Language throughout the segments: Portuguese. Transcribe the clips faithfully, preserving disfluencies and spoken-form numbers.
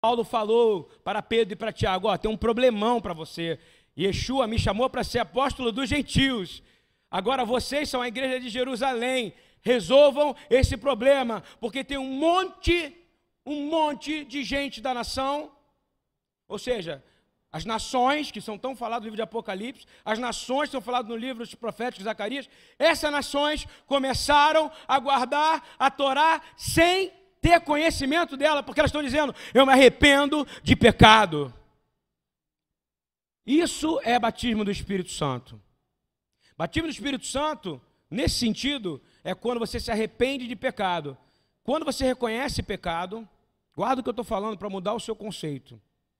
Paulo falou para Pedro e para Tiago, ó, tem um problemão para você. Yeshua me chamou para ser apóstolo dos gentios. Agora vocês são a igreja de Jerusalém. Resolvam esse problema, porque tem um monte, um monte de gente da nação, ou seja, as nações que são tão faladas no livro de Apocalipse, as nações que são faladas no livro dos profetas de Zacarias, essas nações começaram a guardar a Torá sem ter conhecimento dela, porque elas estão dizendo, eu me arrependo de pecado. Isso é batismo do Espírito Santo. Batismo do Espírito Santo, nesse sentido, é quando você se arrepende de pecado. Quando você reconhece pecado, guarda o que eu estou falando para mudar o seu conceito.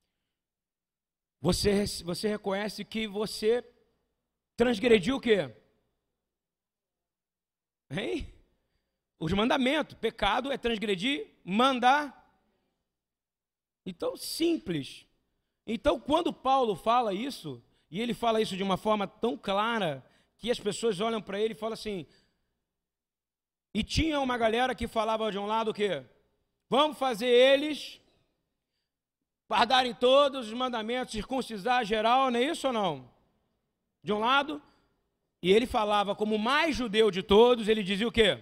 Você, você reconhece que você transgrediu o quê? Hein? Os mandamentos. Pecado é transgredir, mandar. Então, simples. Então, quando Paulo fala isso, e ele fala isso de uma forma tão clara, que as pessoas olham para ele e falam assim, e tinha uma galera que falava de um lado o quê? Vamos fazer eles guardarem todos os mandamentos, circuncidar geral, não é isso ou não? De um lado, e ele falava como o mais judeu de todos, ele dizia o quê?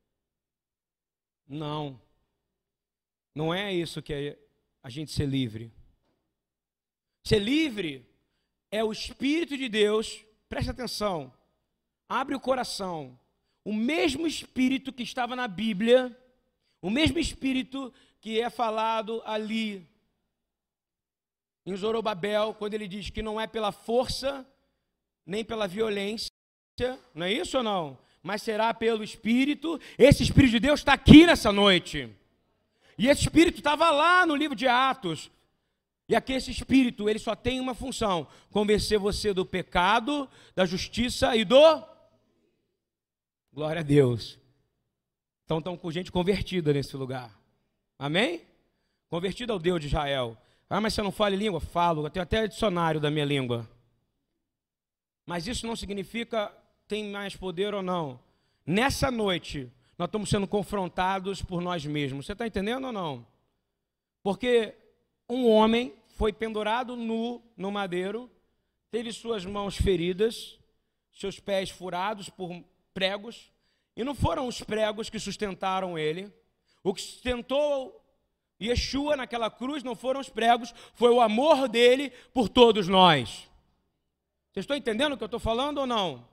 Não, não é isso que é a gente ser livre. Ser livre é o Espírito de Deus, preste atenção, abre o coração, o mesmo Espírito que estava na Bíblia, o mesmo Espírito que é falado ali em Zorobabel, quando ele diz que não é pela força, nem pela violência, não é isso ou não? Mas será pelo Espírito. Esse Espírito de Deus está aqui nessa noite. E esse Espírito estava lá no livro de Atos. E aqui esse Espírito, ele só tem uma função, convencer você do pecado, da justiça e do... Glória a Deus. Então estão com gente convertida nesse lugar. Amém? Convertida ao Deus de Israel. Ah, mas você não fala língua? Falo, eu tenho até dicionário da minha língua. Mas isso não significa tem mais poder ou não. Nessa noite, nós estamos sendo confrontados por nós mesmos. Você está entendendo ou não? Porque um homem foi pendurado nu no madeiro, teve suas mãos feridas, seus pés furados por pregos, e não foram os pregos que sustentaram ele. O que sustentou Yeshua naquela cruz não foram os pregos, foi o amor dele por todos nós. Vocês estão entendendo o que eu estou falando ou não?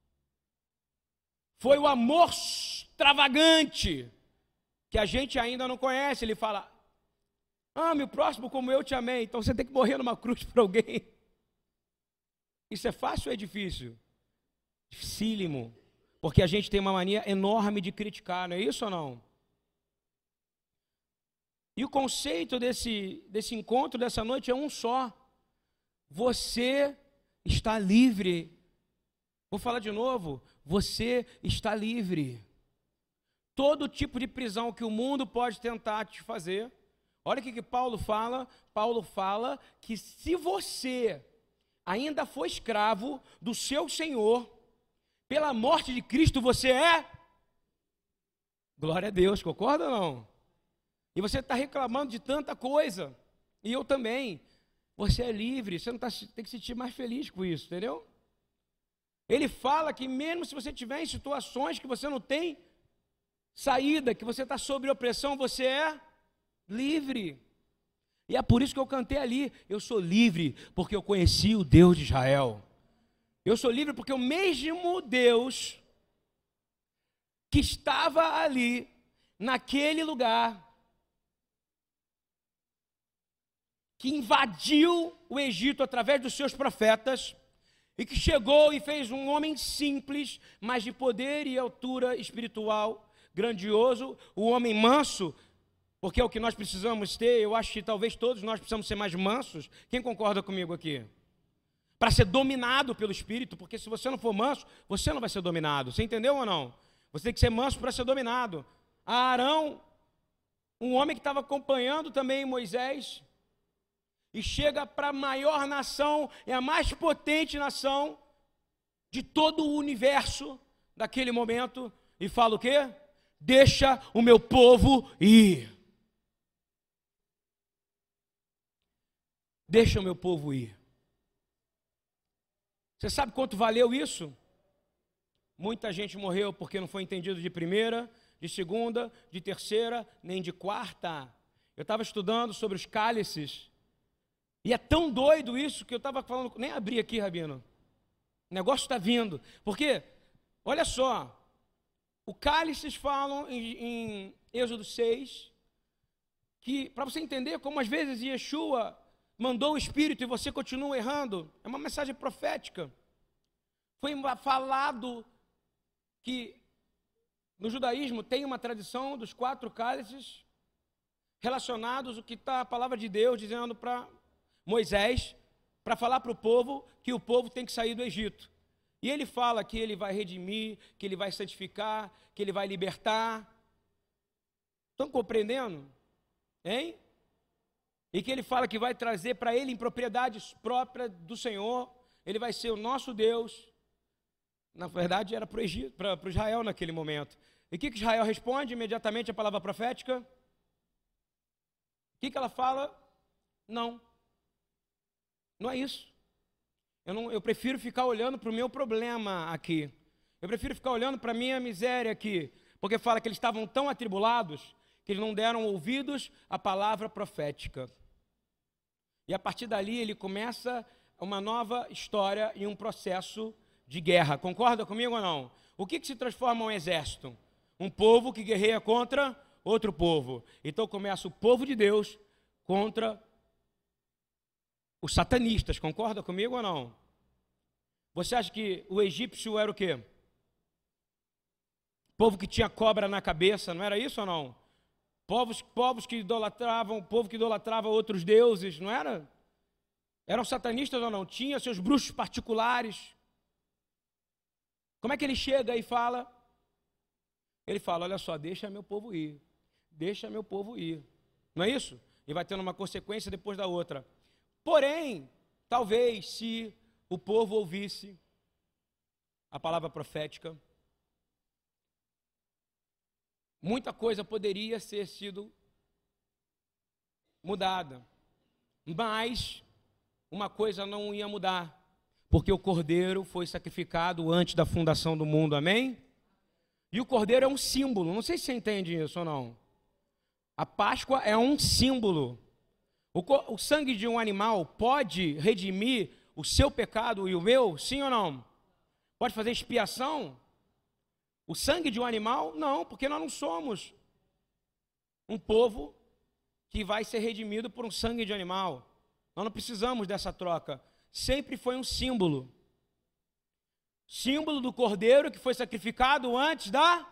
Foi o amor extravagante que a gente ainda não conhece. Ele fala, ame o próximo como eu te amei. Então você tem que morrer numa cruz por alguém. Isso é fácil ou é difícil? Dificílimo. Porque a gente tem uma mania enorme de criticar, não é isso ou não? E o conceito desse, desse encontro, dessa noite, é um só. Você está livre. Vou falar de novo. Você está livre. Todo tipo de prisão que o mundo pode tentar te fazer. Olha o que, que Paulo fala. Paulo fala que se você ainda for escravo do seu Senhor, pela morte de Cristo você é... Glória a Deus, concorda ou não? E você está reclamando de tanta coisa. E eu também. Você é livre. Você não tá, tem que se sentir mais feliz com isso, entendeu? Ele fala que mesmo se você estiver em situações que você não tem saída, que você está sob opressão, você é livre. E é por isso que eu cantei ali. Eu sou livre porque eu conheci o Deus de Israel. Eu sou livre porque o mesmo Deus que estava ali, naquele lugar, que invadiu o Egito através dos seus profetas, e que chegou e fez um homem simples, mas de poder e altura espiritual, grandioso, o homem manso, porque é o que nós precisamos ter. Eu acho que talvez todos nós precisamos ser mais mansos. Quem concorda comigo aqui? Para ser dominado pelo Espírito, porque se você não for manso, você não vai ser dominado. Você entendeu ou não? Você tem que ser manso para ser dominado. Arão, um homem que estava acompanhando também Moisés, e chega para a maior nação, é a mais potente nação de todo o universo daquele momento, e fala o quê? Deixa o meu povo ir. deixa o meu povo ir. Você sabe quanto valeu isso? Muita gente morreu porque não foi entendido de primeira, de segunda, de terceira, nem de quarta. Eu estava estudando sobre os cálices, e é tão doido isso que eu estava falando, nem abri aqui, Rabino. O negócio está vindo. Porque, olha só, o cálices falam em, em Êxodo seis, que, para você entender como às vezes Yeshua mandou o Espírito e você continua errando, é uma mensagem profética. Foi falado que no judaísmo tem uma tradição dos quatro cálices relacionados ao que está a palavra de Deus dizendo para Moisés, para falar para o povo que o povo tem que sair do Egito. E ele fala que ele vai redimir, que ele vai santificar, que ele vai libertar. Estão compreendendo? Hein? E que ele fala que vai trazer para ele em propriedades próprias do Senhor, ele vai ser o nosso Deus. Na verdade era para o Egito, para, para Israel naquele momento. E o que, que Israel responde imediatamente à palavra profética? O que, que ela fala? Não. Não é isso. Eu, não, eu prefiro ficar olhando para o meu problema aqui. Eu prefiro ficar olhando para a minha miséria aqui. Porque fala que eles estavam tão atribulados que eles não deram ouvidos à palavra profética. E a partir dali ele começa uma nova história e um processo de guerra. Concorda comigo ou não? O que, que se transforma um exército? Um povo que guerreia contra outro povo. Então começa o povo de Deus contra os satanistas. Concorda comigo ou não? Você acha que o egípcio era o quê? Povo que tinha cobra na cabeça, não era isso ou não? Povos, povos que idolatravam, povo que idolatrava outros deuses, não era? Eram satanistas ou não? Tinha seus bruxos particulares. Como é que ele chega e fala? Ele fala, olha só, deixa meu povo ir. Deixa meu povo ir. Não é isso? E vai tendo uma consequência depois da outra. Porém, talvez se o povo ouvisse a palavra profética, muita coisa poderia ser sido mudada. Mas uma coisa não ia mudar, porque o Cordeiro foi sacrificado antes da fundação do mundo, amém? E o Cordeiro é um símbolo, não sei se você entende isso ou não. A Páscoa é um símbolo. O, o sangue de um animal pode redimir o seu pecado e o meu, sim ou não? Pode fazer expiação? O sangue de um animal, não, porque nós não somos um povo que vai ser redimido por um sangue de animal. Nós não precisamos dessa troca. Sempre foi um símbolo. Símbolo do Cordeiro que foi sacrificado antes da...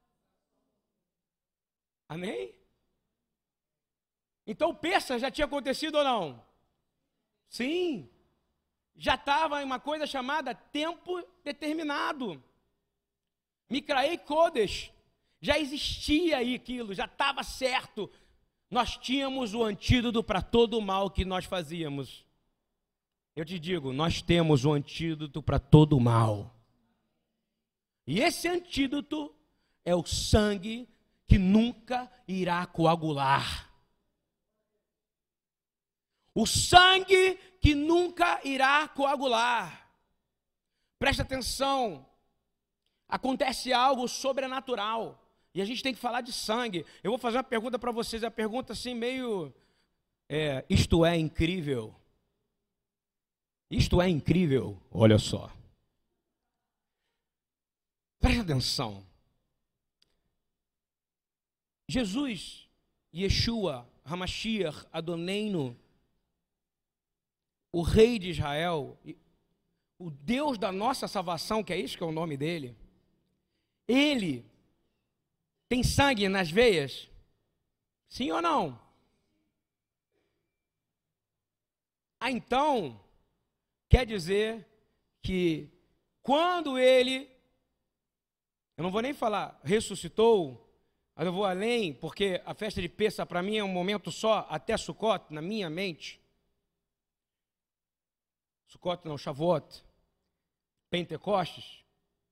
Amém? Então o Pêssar já tinha acontecido ou não? Sim. Já estava em uma coisa chamada tempo determinado. Micraei Kodesh. Já existia aí aquilo, já estava certo. Nós tínhamos o antídoto para todo o mal que nós fazíamos. Eu te digo, nós temos o antídoto para todo o mal. E esse antídoto é o sangue que nunca irá coagular. O sangue que nunca irá coagular. Presta atenção. Acontece algo sobrenatural. E a gente tem que falar de sangue. Eu vou fazer uma pergunta para vocês. É uma pergunta assim meio... É, isto é incrível. Isto é incrível. Olha só. Presta atenção. Jesus, Yeshua, Hamashiach, Adoneino, o rei de Israel, o Deus da nossa salvação, que é isso que é o nome dele, ele tem sangue nas veias? Sim ou não? Ah, então, quer dizer que quando ele, eu não vou nem falar ressuscitou, mas eu vou além, porque a festa de Pêssar para mim é um momento só, até Sukkot, na minha mente. Sukkot não, Shavuot, Pentecostes.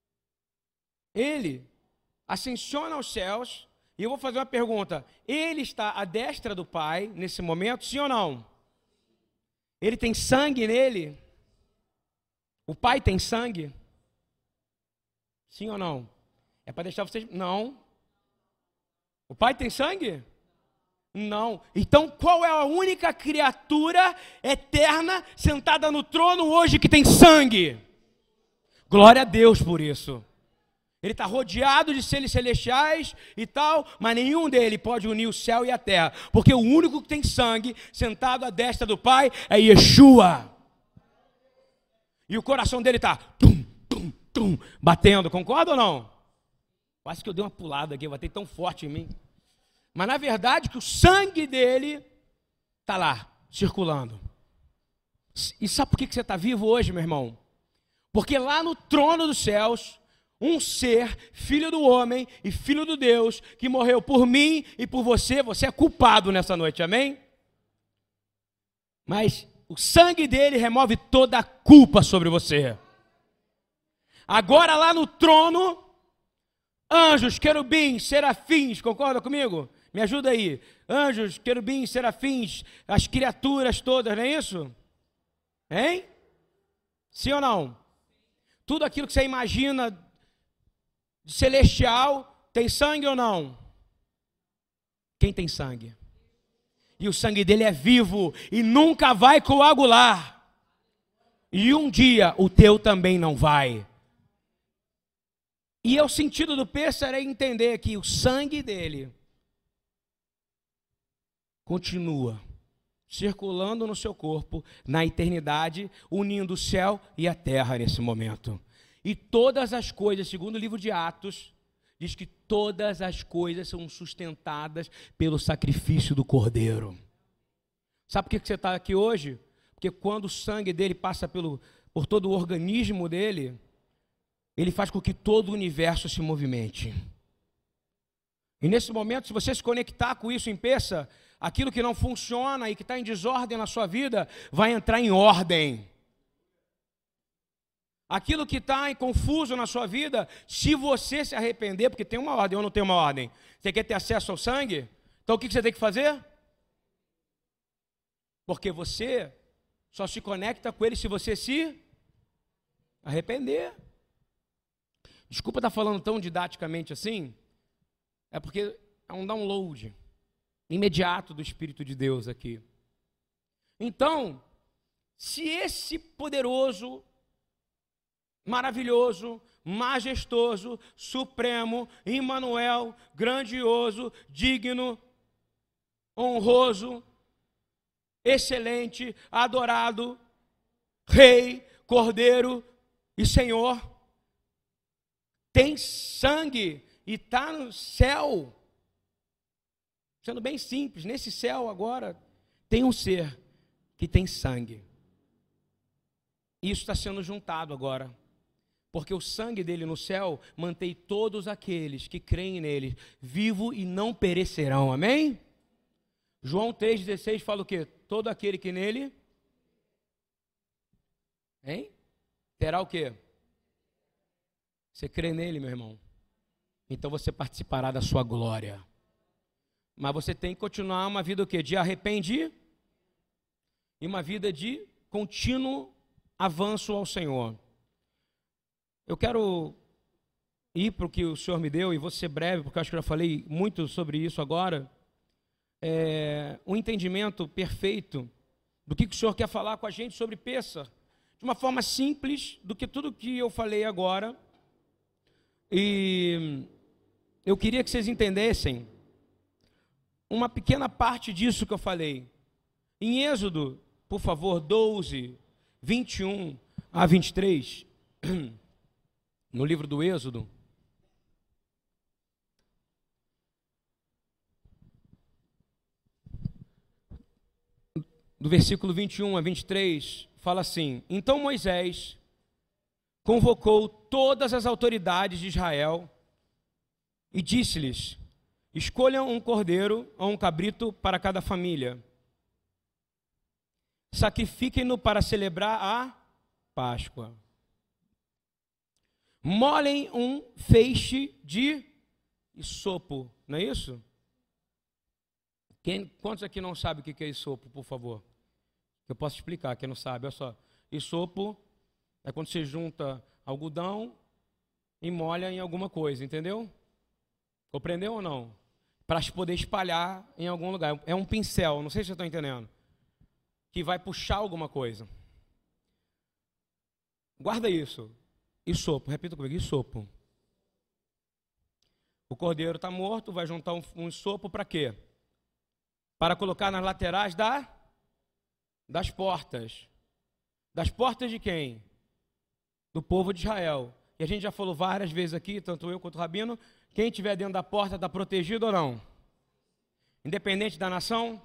Ele ascensiona aos céus, e eu vou fazer uma pergunta. Ele está à destra do Pai nesse momento, sim ou não? Ele tem sangue nele? O Pai tem sangue? Sim ou não? É para deixar vocês... Não. O Pai tem sangue? Não. Então qual é a única criatura eterna sentada no trono hoje que tem sangue? Glória a Deus por isso. Ele está rodeado de seres celestiais e tal, mas nenhum dele pode unir o céu e a terra, porque o único que tem sangue sentado à destra do Pai é Yeshua. E o coração dele está tum, tum, tum, batendo, concorda ou não? Quase que eu dei uma pulada aqui, eu batei tão forte em mim. Mas na verdade que o sangue dele está lá, circulando. E sabe por que você está vivo hoje, meu irmão? Porque lá no trono dos céus, um ser, filho do homem e filho do Deus, que morreu por mim e por você, você é culpado nessa noite, amém? Mas o sangue dele remove toda a culpa sobre você. Agora lá no trono, anjos, querubins, serafins, concorda comigo? Me ajuda aí. Anjos, querubins, serafins, as criaturas todas, não é isso? Hein? Sim ou não? Tudo aquilo que você imagina de celestial, tem sangue ou não? Quem tem sangue? E o sangue dele é vivo e nunca vai coagular. E um dia o teu também não vai. E é o sentido do pêssaro é entender que o sangue dele continua circulando no seu corpo, na eternidade, unindo o céu e a terra nesse momento. E todas as coisas, segundo o livro de Atos, diz que todas as coisas são sustentadas pelo sacrifício do Cordeiro. Sabe por que você está aqui hoje? Porque quando o sangue dele passa pelo, por todo o organismo dele, ele faz com que todo o universo se movimente. E nesse momento, se você se conectar com isso em peça, aquilo que não funciona e que está em desordem na sua vida, vai entrar em ordem. Aquilo que está confuso na sua vida, se você se arrepender, porque tem uma ordem ou não tem uma ordem, você quer ter acesso ao sangue? Então o que você tem que fazer? Porque você só se conecta com ele se você se arrepender. Desculpa estar falando tão didaticamente assim, é porque é um download imediato do Espírito de Deus aqui. Então, se esse poderoso, maravilhoso, majestoso, supremo, Emmanuel, grandioso, digno, honroso, excelente, adorado, Rei, Cordeiro e Senhor, tem sangue e está no céu. Sendo bem simples, nesse céu agora tem um ser que tem sangue. Isso está sendo juntado agora. Porque o sangue dele no céu mantém todos aqueles que creem nele vivos e não perecerão. Amém? João três dezesseis fala o quê? Todo aquele que nele... Hein? Terá o quê? Você crê nele, meu irmão? Então você participará da sua glória. Mas você tem que continuar uma vida o quê? De arrependimento e uma vida de contínuo avanço ao Senhor. Eu quero ir para o que o Senhor me deu, e vou ser breve, porque eu acho que eu já falei muito sobre isso agora. É, um entendimento perfeito do que o Senhor quer falar com a gente sobre Pêssar, de uma forma simples do que tudo que eu falei agora. E eu queria que vocês entendessem uma pequena parte disso que eu falei. Em Êxodo, por favor, doze, vinte e um a vinte e três, no livro do Êxodo, do versículo vinte e um a vinte e três, fala assim: Então Moisés convocou todas as autoridades de Israel e disse-lhes: escolham um cordeiro ou um cabrito para cada família. Sacrifiquem-no para celebrar a Páscoa. Molhem um feixe de isopo, não é isso? Quem, quantos aqui não sabem o que é isopo, por favor? que eu posso explicar, quem não sabe, olha só. Isopo é quando você junta algodão e molha em alguma coisa, entendeu? Compreendeu ou não? Para poder espalhar em algum lugar. É um pincel, não sei se vocês estão entendendo, que vai puxar alguma coisa. Guarda isso. Isopo, repita comigo, isopo. O cordeiro está morto, vai juntar um, um isopo para quê? Para colocar nas laterais da, das portas. Das portas de quem? Do povo de Israel. E a gente já falou várias vezes aqui, tanto eu quanto o Rabino, quem estiver dentro da porta está protegido ou não? Independente da nação?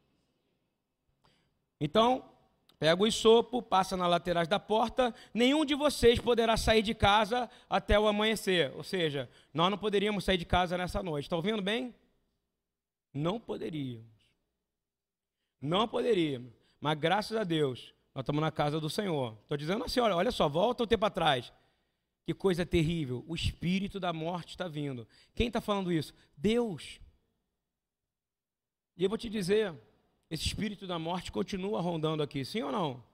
Então, pega o isopo, passa nas laterais da porta, nenhum de vocês poderá sair de casa até o amanhecer. Ou seja, nós não poderíamos sair de casa nessa noite. Está ouvindo bem? Não poderíamos. Não poderíamos. Mas graças a Deus, nós estamos na casa do Senhor. Estou dizendo assim, olha, olha só, volta um tempo atrás. Que coisa terrível, o espírito da morte está vindo. Quem está falando isso? Deus. E eu vou te dizer, esse espírito da morte continua rondando aqui, sim ou não?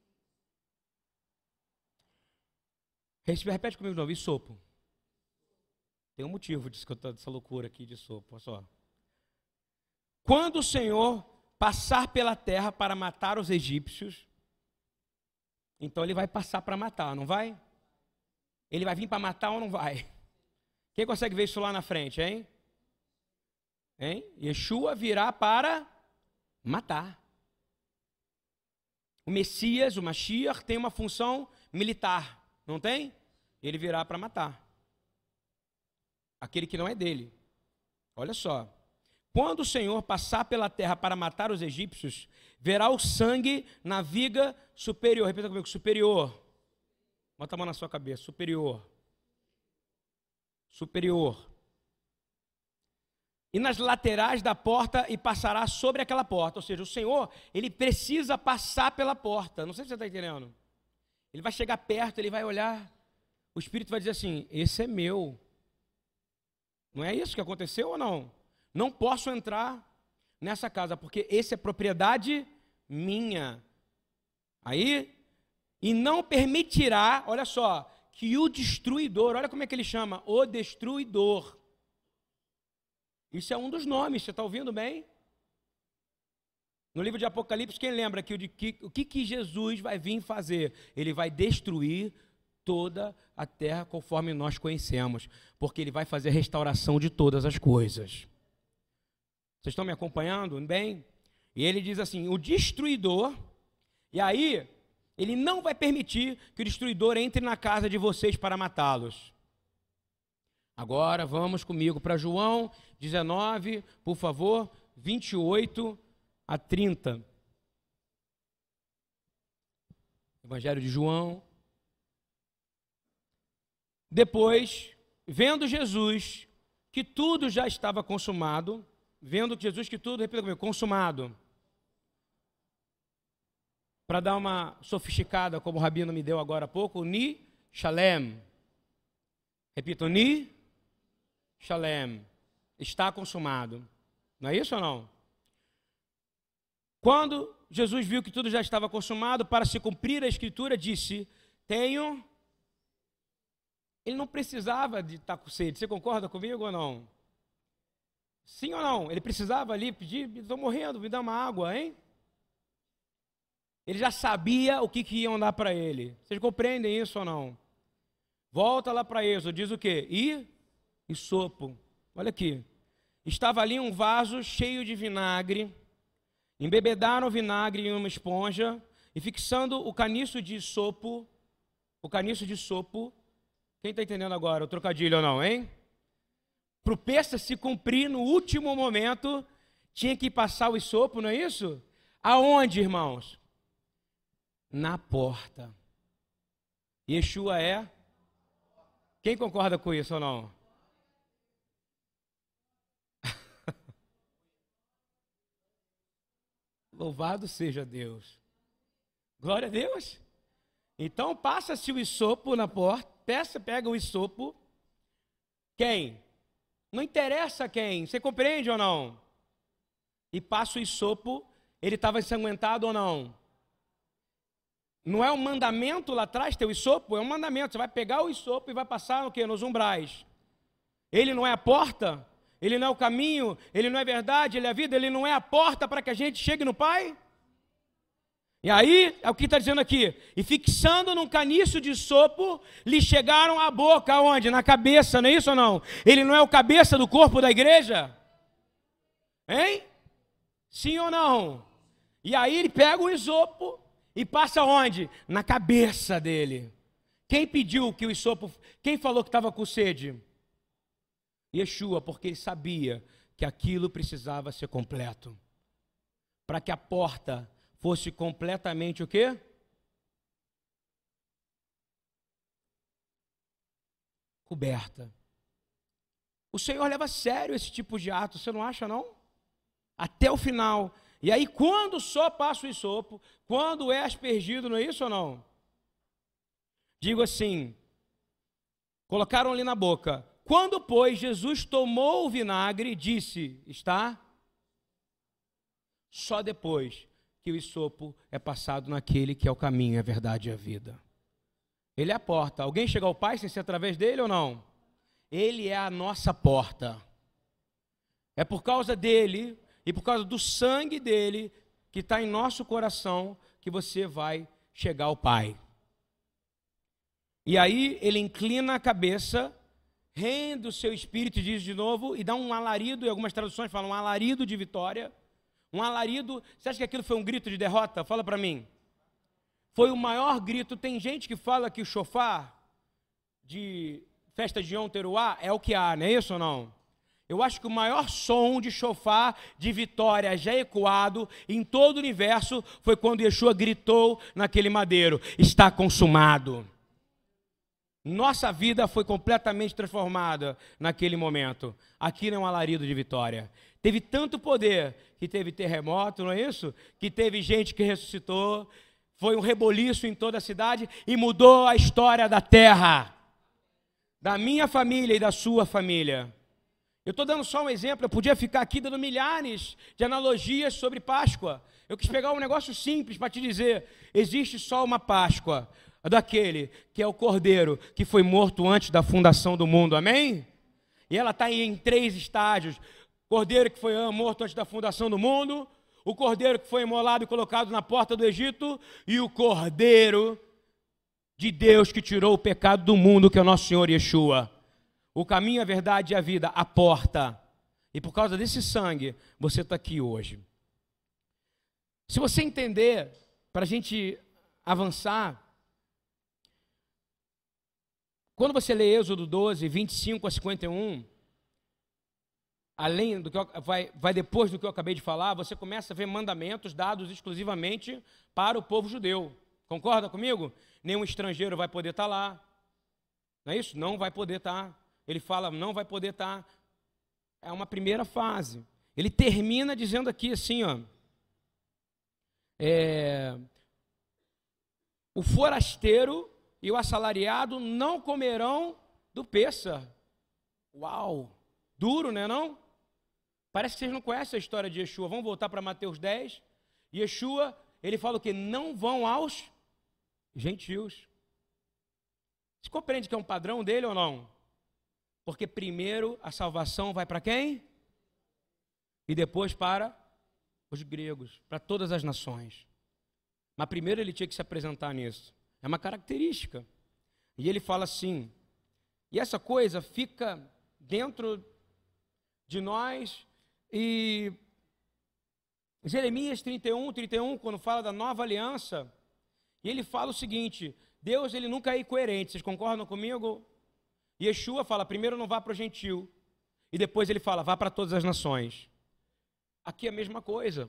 Repete comigo de novo, isopo. Tem um motivo disso que eu estou dessa loucura aqui de isopo, olha só. Quando o Senhor passar pela terra para matar os egípcios, então ele vai passar para matar, não vai? Ele vai vir para matar ou não vai? Quem consegue ver isso lá na frente, hein? Hein? Yeshua virá para matar. O Messias, o Mashiach, tem uma função militar, não tem? Ele virá para matar. Aquele que não é dele. Olha só. Quando o Senhor passar pela terra para matar os egípcios, verá o sangue na viga superior. Repita comigo, superior. Bota a mão na sua cabeça, superior. Superior. E nas laterais da porta e passará sobre aquela porta. Ou seja, o Senhor, ele precisa passar pela porta. Não sei se você está entendendo. Ele vai chegar perto, ele vai olhar. O Espírito vai dizer assim, esse é meu. Não é isso que aconteceu ou não? Não posso entrar nessa casa, porque esse é propriedade minha. Aí... E não permitirá, olha só, que o destruidor, olha como é que ele chama, o destruidor. Isso é um dos nomes, você está ouvindo bem? No livro de Apocalipse, quem lembra que o, de, que, o que, que Jesus vai vir fazer? Ele vai destruir toda a terra conforme nós conhecemos, porque ele vai fazer a restauração de todas as coisas. Vocês estão me acompanhando bem? E ele diz assim, o destruidor, e aí... Ele não vai permitir que o destruidor entre na casa de vocês para matá-los. Agora vamos comigo para João dezenove, por favor, vinte e oito a trinta. Evangelho de João. Depois, vendo Jesus que tudo já estava consumado, vendo que Jesus que tudo, repita comigo, consumado. Para dar uma sofisticada, como o Rabino me deu agora há pouco, Ni Shalem. Repito, Ni Shalem. Está consumado. Não é isso ou não? Quando Jesus viu que tudo já estava consumado, para se cumprir a Escritura, disse, tenho... Ele não precisava de estar com sede. Você concorda comigo ou não? Sim ou não? Ele precisava ali pedir, estou morrendo, me dá uma água, hein? Ele já sabia o que, que iam dar para ele. Vocês compreendem isso ou não? Volta lá para Êxodo, diz o quê? E, e sopo. Olha aqui. Estava ali um vaso cheio de vinagre. Embebedaram o vinagre em uma esponja e fixando o caniço de sopo, o caniço de sopo, quem está entendendo agora o trocadilho ou não, hein? Para o Pessa se cumprir no último momento, tinha que passar o sopo, não é isso? Aonde, irmãos? Na porta. Yeshua é? Quem concorda com isso ou não? Louvado seja Deus. Glória a Deus. Então passa-se o isopo na porta, peça, pega o isopo. Quem? Não interessa quem, você compreende ou não? E passa o isopo, ele estava ensanguentado ou não? Não é um mandamento lá atrás ter o isopo? É um mandamento. Você vai pegar o isopo e vai passar no quê? Nos umbrais. Ele não é a porta? Ele não é o caminho? Ele não é verdade? Ele é a vida? Ele não é a porta para que a gente chegue no Pai? E aí, é o que está dizendo aqui. E fixando num caniço de sopo, lhe chegaram à boca, aonde? Na cabeça, não é isso ou não? Ele não é o cabeça do corpo da igreja? Hein? Sim ou não? E aí ele pega o isopo e passa onde? Na cabeça dele. Quem pediu que o isopo... Quem falou que estava com sede? Yeshua, porque ele sabia que aquilo precisava ser completo. Para que a porta fosse completamente o quê? Coberta. O Senhor leva a sério esse tipo de ato, você não acha não? Até o final. E aí quando só passa o isopo, quando é aspergido, não é isso ou não? Digo assim, colocaram ali na boca. Quando, pois, Jesus tomou o vinagre, disse, está? Só depois que o isopo é passado naquele que é o caminho, a verdade e a vida. Ele é a porta. Alguém chega ao Pai sem ser através dele ou não? Ele é a nossa porta. É por causa dele e por causa do sangue dele que está em nosso coração que você vai chegar ao Pai. E aí ele inclina a cabeça, rende o seu espírito, diz de novo, e dá um alarido, e algumas traduções falam um alarido de vitória. Um alarido, você acha que aquilo foi um grito de derrota? Fala para mim. Foi o maior grito. Tem gente que fala que o chofar de festa de Yom Teruah é o que há, não é isso ou não? Eu acho que o maior som de chofar de vitória já ecoado em todo o universo foi quando Yeshua gritou naquele madeiro, está consumado. Nossa vida foi completamente transformada naquele momento. Aquilo é um alarido de vitória. Teve tanto poder que teve terremoto, não é isso? Que teve gente que ressuscitou, foi um reboliço em toda a cidade e mudou a história da terra, da minha família e da sua família. Eu estou dando só um exemplo, eu podia ficar aqui dando milhares de analogias sobre Páscoa. Eu quis pegar um negócio simples para te dizer, existe só uma Páscoa, daquele que é o Cordeiro que foi morto antes da fundação do mundo, amém? E ela está em três estágios: Cordeiro que foi morto antes da fundação do mundo, o Cordeiro que foi imolado e colocado na porta do Egito, e o Cordeiro de Deus que tirou o pecado do mundo, que é o nosso Senhor Yeshua. O caminho, a verdade e a vida, a porta. E por causa desse sangue, você está aqui hoje. Se você entender, para a gente avançar, quando você lê Êxodo doze, vinte e cinco a cinquenta e um, além do que eu, vai, vai depois do que eu acabei de falar, você começa a ver mandamentos dados exclusivamente para o povo judeu. Concorda comigo? Nenhum estrangeiro vai poder estar lá. Não é isso? Não vai poder estar. Ele fala, não vai poder estar. É uma primeira fase. Ele termina dizendo aqui assim, ó. É, o forasteiro e o assalariado não comerão do Pêssar. Uau! Duro, né não? Parece que vocês não conhecem a história de Yeshua. Vamos voltar para Mateus dez. Yeshua, ele fala o quê? Não vão aos gentios. Você compreende que é um padrão dele ou não? Porque primeiro a salvação vai para quem? E depois para os gregos, para todas as nações. Mas primeiro ele tinha que se apresentar nisso. É uma característica. E ele fala assim, e essa coisa fica dentro de nós, e Jeremias trinta e um, trinta e um, quando fala da nova aliança, e ele fala o seguinte, Deus ele nunca é incoerente, vocês concordam comigo? Yeshua fala, primeiro não vá para o gentil, e depois ele fala, vá para todas as nações. Aqui é a mesma coisa.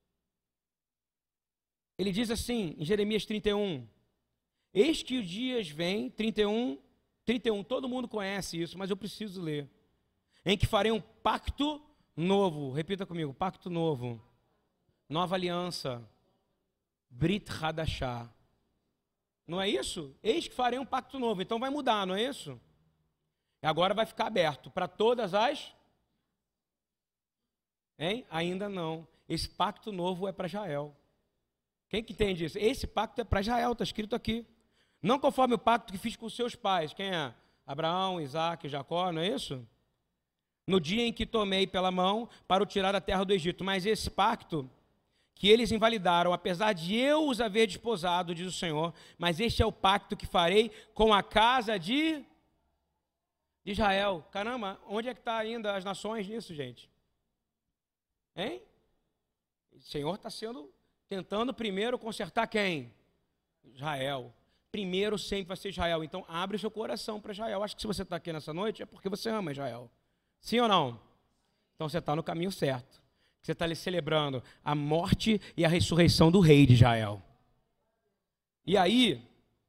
Ele diz assim, em Jeremias trinta e um, eis que os dias vêm, trinta e um, trinta e um, todo mundo conhece isso, mas eu preciso ler, em que farei um pacto novo, repita comigo, pacto novo, nova aliança, Brit Hadashah. Não é isso? Eis que farei um pacto novo, então vai mudar, não é isso? Agora vai ficar aberto para todas as... Hein? Ainda não. Esse pacto novo é para Israel. Quem que entende isso? Esse pacto é para Israel, está escrito aqui. Não conforme o pacto que fiz com seus pais. Quem é? Abraão, Isaac, Jacó, não é isso? No dia em que tomei pela mão para o tirar da terra do Egito. Mas esse pacto que eles invalidaram, apesar de eu os haver desposado, diz o Senhor, mas este é o pacto que farei com a casa de Israel. Caramba, onde é que está ainda as nações nisso, gente? Hein? O Senhor está sendo, tentando primeiro consertar quem? Israel. Primeiro sempre vai ser Israel. Então abre o seu coração para Israel. Acho que se você está aqui nessa noite é porque você ama Israel. Sim ou não? Então você está no caminho certo. Você está ali celebrando a morte e a ressurreição do rei de Israel. E aí,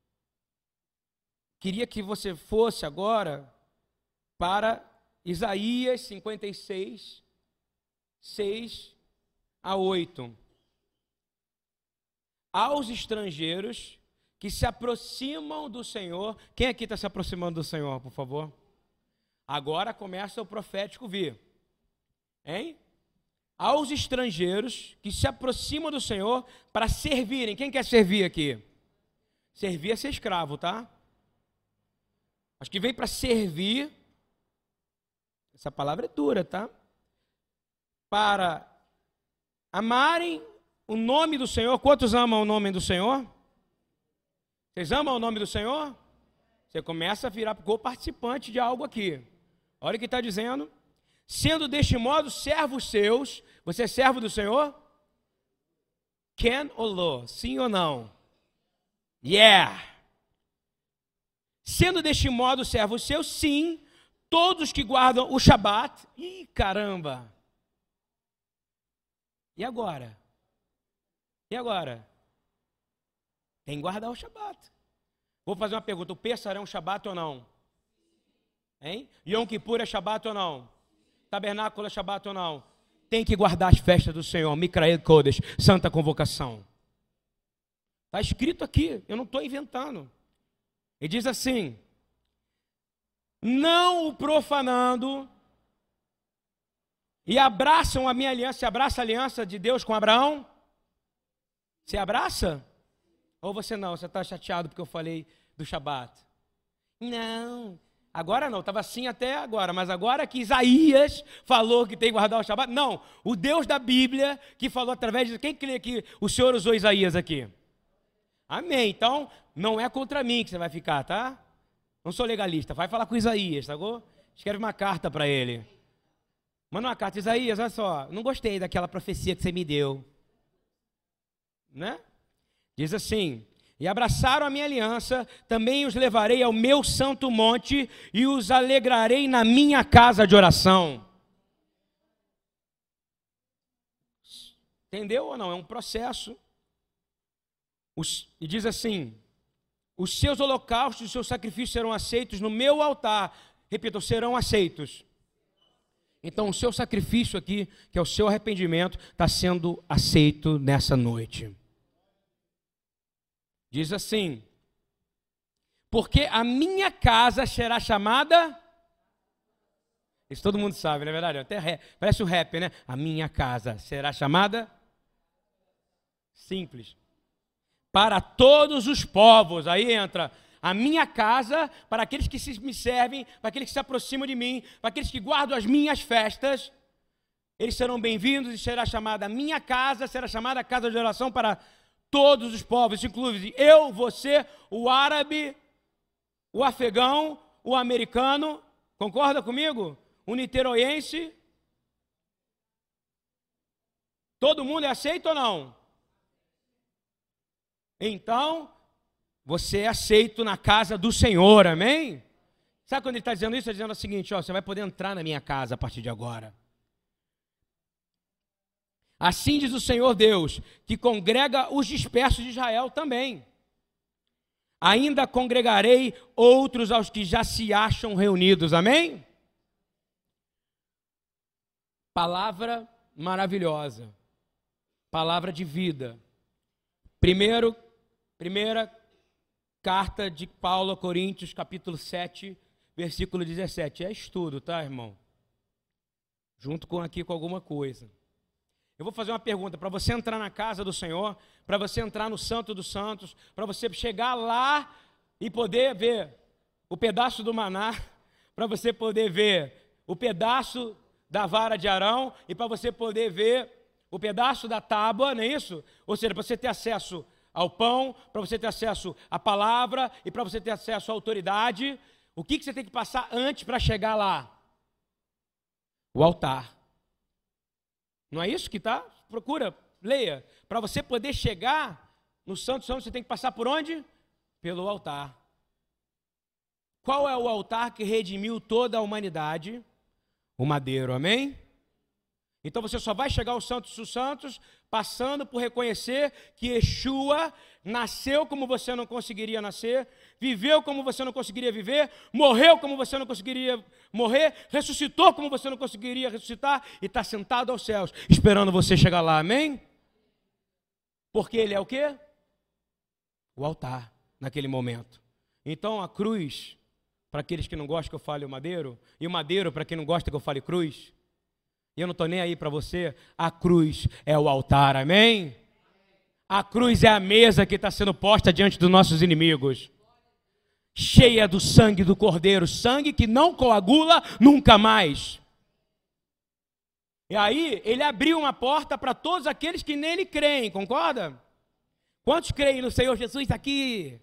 queria que você fosse agora para Isaías cinquenta e seis, seis a oito. Aos estrangeiros que se aproximam do Senhor. Quem aqui está se aproximando do Senhor, por favor? Agora começa o profético vir. Hein? Aos estrangeiros que se aproximam do Senhor para servirem. Quem quer servir aqui? Servir é ser escravo, tá? Acho que vem para servir. Essa palavra é dura, tá? Para amarem o nome do Senhor. Quantos amam o nome do Senhor? Vocês amam o nome do Senhor? Você começa a virar co-participante de algo aqui. Olha o que está dizendo. Sendo deste modo servos seus. Você é servo do Senhor? Ken ou lo? Sim ou não? Yeah! Sendo deste modo servos seus, sim, todos que guardam o Shabat. Ih, caramba! E agora? E agora? Tem que guardar o Shabat. Vou fazer uma pergunta. O Pêssar é um Shabat ou não? Hein? Yom Kippur é Shabat ou não? Tabernáculo é Shabat ou não? Tem que guardar as festas do Senhor. Mikrael Kodesh, Santa Convocação. Está escrito aqui. Eu não estou inventando. Ele diz assim: não o profanando, e abraçam a minha aliança. Você abraça a aliança de Deus com Abraão? Você abraça? Ou você não? Você está chateado porque eu falei do Shabat? Não, agora não, estava assim até agora, mas agora que Isaías falou que tem que guardar o Shabat, não, o Deus da Bíblia que falou através de... Quem crê que o Senhor usou Isaías aqui? Amém, então não é contra mim que você vai ficar, tá? Não sou legalista, vai falar com Isaías, tá bom? Escreve uma carta para ele. Manda uma carta, Isaías, olha só, não gostei daquela profecia que você me deu. Né? Diz assim: e abraçaram a minha aliança, também os levarei ao meu santo monte e os alegrarei na minha casa de oração. Entendeu ou não? É um processo. Os, e diz assim: os seus holocaustos e os seus sacrifícios serão aceitos no meu altar. Repito, serão aceitos. Então o seu sacrifício aqui, que é o seu arrependimento, está sendo aceito nessa noite. Diz assim: porque a minha casa será chamada... Isso todo mundo sabe, não é verdade? Até rap, parece o rap, né? A minha casa será chamada... Simples. Para todos os povos. Aí entra a minha casa, para aqueles que se me servem, para aqueles que se aproximam de mim, para aqueles que guardam as minhas festas. Eles serão bem-vindos e será chamada a minha casa, será chamada a casa de oração para todos os povos. Isso inclui eu, você, o árabe, o afegão, o americano. Concorda comigo? O niteroiense. Todo mundo é aceito ou não? Então, você é aceito na casa do Senhor, amém? Sabe quando ele está dizendo isso? Ele está dizendo o seguinte: ó, você vai poder entrar na minha casa a partir de agora. Assim diz o Senhor Deus, que congrega os dispersos de Israel também. Ainda congregarei outros aos que já se acham reunidos, amém? Palavra maravilhosa, palavra de vida. Primeiro, primeira carta de Paulo a Coríntios, capítulo sete, versículo dezessete. É estudo, tá, irmão? Junto com aqui com alguma coisa. Eu vou fazer uma pergunta, para você entrar na casa do Senhor, para você entrar no Santo dos Santos, para você chegar lá e poder ver o pedaço do maná, para você poder ver o pedaço da vara de Arão e para você poder ver o pedaço da tábua, não é isso? Ou seja, para você ter acesso ao pão, para você ter acesso à palavra e para você ter acesso à autoridade, o que, que você tem que passar antes para chegar lá? O altar. Não é isso que está? Procura, leia. Para você poder chegar no Santo Santo, você tem que passar por onde? Pelo altar. Qual é o altar que redimiu toda a humanidade? O madeiro, amém? Então você só vai chegar ao Santo dos Santos passando por reconhecer que Yeshua nasceu como você não conseguiria nascer, viveu como você não conseguiria viver, morreu como você não conseguiria morrer, ressuscitou como você não conseguiria ressuscitar e está sentado aos céus, esperando você chegar lá, amém? Porque ele é o quê? O altar, naquele momento. Então a cruz, para aqueles que não gostam que eu fale o madeiro, e o madeiro para quem não gosta que eu fale cruz, e eu não estou nem aí para você, a cruz é o altar, amém? A cruz é a mesa que está sendo posta diante dos nossos inimigos, cheia do sangue do Cordeiro, sangue que não coagula nunca mais. E aí, ele abriu uma porta para todos aqueles que nele creem, concorda? Quantos creem no Senhor Jesus aqui?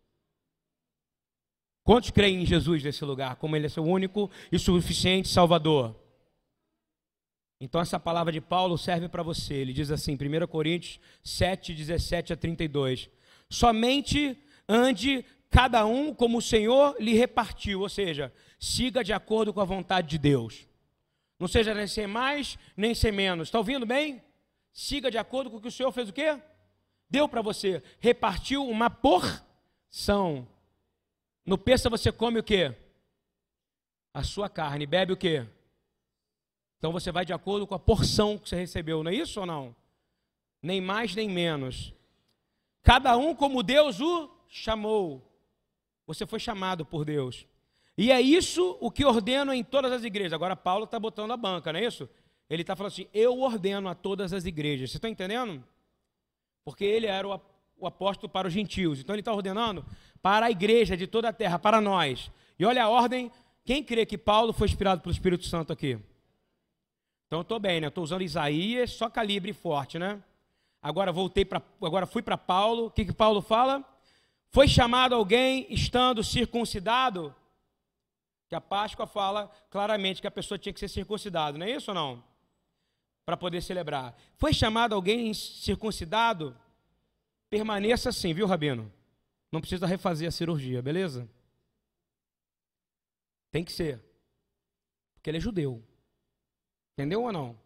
Quantos creem em Jesus nesse lugar, como ele é seu único e suficiente Salvador? Então essa palavra de Paulo serve para você. Ele diz assim, primeira Coríntios sete, dezessete a trinta e dois. Somente ande cada um como o Senhor lhe repartiu, ou seja, siga de acordo com a vontade de Deus. Não seja nem ser mais, nem ser menos. Está ouvindo bem? Siga de acordo com o que o Senhor fez o quê? Deu para você. Repartiu uma porção. No peça você come o quê? A sua carne. Bebe o quê? Então você vai de acordo com a porção que você recebeu, não é isso ou não? Nem mais nem menos. Cada um como Deus o chamou. Você foi chamado por Deus. E é isso o que ordeno em todas as igrejas. Agora Paulo está botando a banca, não é isso? Ele está falando assim, eu ordeno a todas as igrejas. Você está entendendo? Porque ele era o, o apóstolo para os gentios. Então ele está ordenando para a igreja de toda a terra, para nós. E olha a ordem, quem crê que Paulo foi inspirado pelo Espírito Santo aqui? Então eu estou bem, né? Estou usando Isaías, só calibre forte, né? Agora voltei para, agora fui para Paulo. O que que Paulo fala? Foi chamado alguém estando circuncidado? Que a Páscoa fala claramente que a pessoa tinha que ser circuncidada, não é isso ou não? Para poder celebrar. Foi chamado alguém circuncidado? Permaneça assim, viu, Rabino? Não precisa refazer a cirurgia, beleza? Tem que ser. Porque ele é judeu. Entendeu ou não?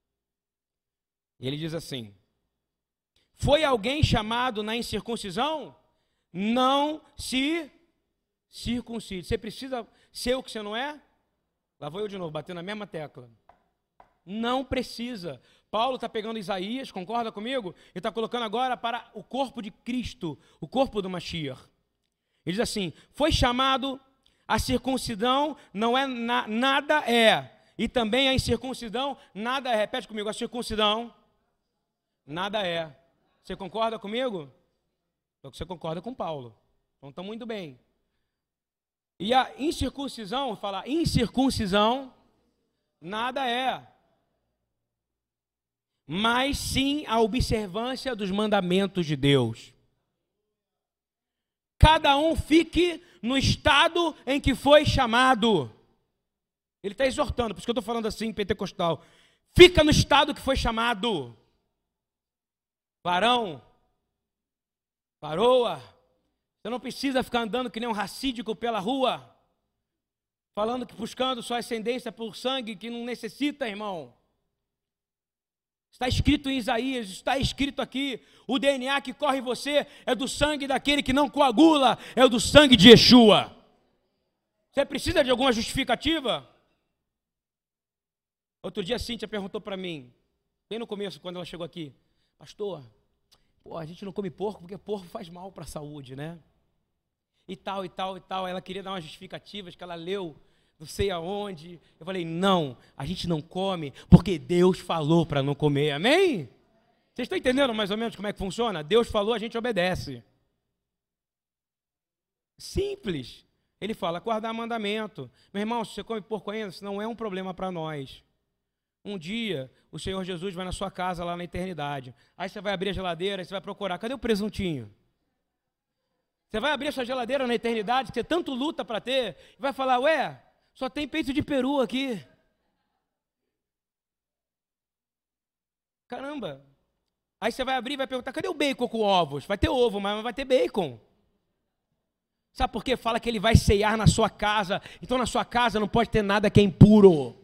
E ele diz assim, foi alguém chamado na incircuncisão? Não se circuncide. Você precisa ser o que você não é? Lá vou eu de novo, batendo na mesma tecla. Não precisa. Paulo está pegando Isaías, concorda comigo? E está colocando agora para o corpo de Cristo, o corpo do Mashiach. Ele diz assim, foi chamado a circuncisão, não é na, nada é. E também a incircuncidão, nada é. Repete comigo, a circuncidão, nada é. Você concorda comigo? Então você concorda com Paulo. Então está muito bem. E a incircuncisão, falar incircuncisão, nada é. Mas sim a observância dos mandamentos de Deus. Cada um fique no estado em que foi chamado. Ele está exortando, por isso que eu estou falando assim, pentecostal. Fica no estado que foi chamado. Varão, varoa, você não precisa ficar andando que nem um racídico pela rua, falando que buscando sua ascendência por sangue que não necessita, irmão. Está escrito em Isaías, está escrito aqui, o D N A que corre em você é do sangue daquele que não coagula, é o do sangue de Yeshua. Você precisa de alguma justificativa? Outro dia a Cíntia perguntou para mim, bem no começo, quando ela chegou aqui, pastor, pô, a gente não come porco porque porco faz mal para a saúde, né? E tal, e tal, e tal. Ela queria dar umas justificativas que ela leu não sei aonde. Eu falei, não, a gente não come porque Deus falou para não comer, amém? Vocês estão entendendo mais ou menos como é que funciona? Deus falou, a gente obedece. Simples. Ele fala, guardar mandamento. Meu irmão, se você come porco ainda, isso não é um problema para nós. Um dia, o Senhor Jesus vai na sua casa lá na eternidade. Aí você vai abrir a geladeira e você vai procurar, cadê o presuntinho? Você vai abrir a sua geladeira na eternidade, que você tanto luta para ter, e vai falar, ué, só tem peito de peru aqui. Caramba. Aí você vai abrir e vai perguntar, cadê o bacon com ovos? Vai ter ovo, mas não vai ter bacon. Sabe por quê? Fala que ele vai ceiar na sua casa. Então na sua casa não pode ter nada que é impuro.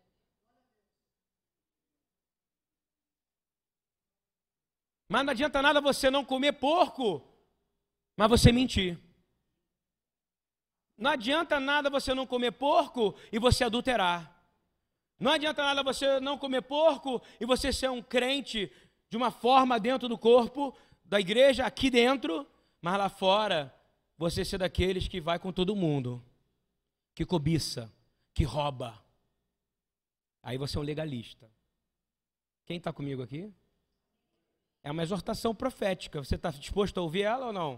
Mas não adianta nada você não comer porco, mas você mentir. Não adianta nada você não comer porco e você adulterar. Não adianta nada você não comer porco e você ser um crente de uma forma dentro do corpo da igreja, aqui dentro, mas lá fora você ser daqueles que vai com todo mundo, que cobiça, que rouba. Aí você é um legalista. Quem está comigo aqui? É uma exortação profética. Você está disposto a ouvir ela ou não?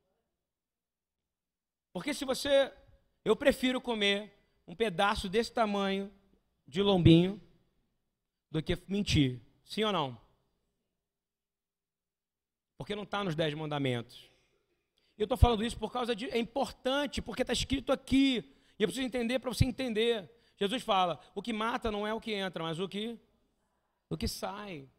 Porque se você... Eu prefiro comer um pedaço desse tamanho de lombinho do que mentir. Sim ou não? Porque não está nos dez mandamentos. Eu estou falando isso por causa de... É importante, porque está escrito aqui. E eu preciso entender para você entender. Jesus fala, o que mata não é o que entra, mas o que, o que sai.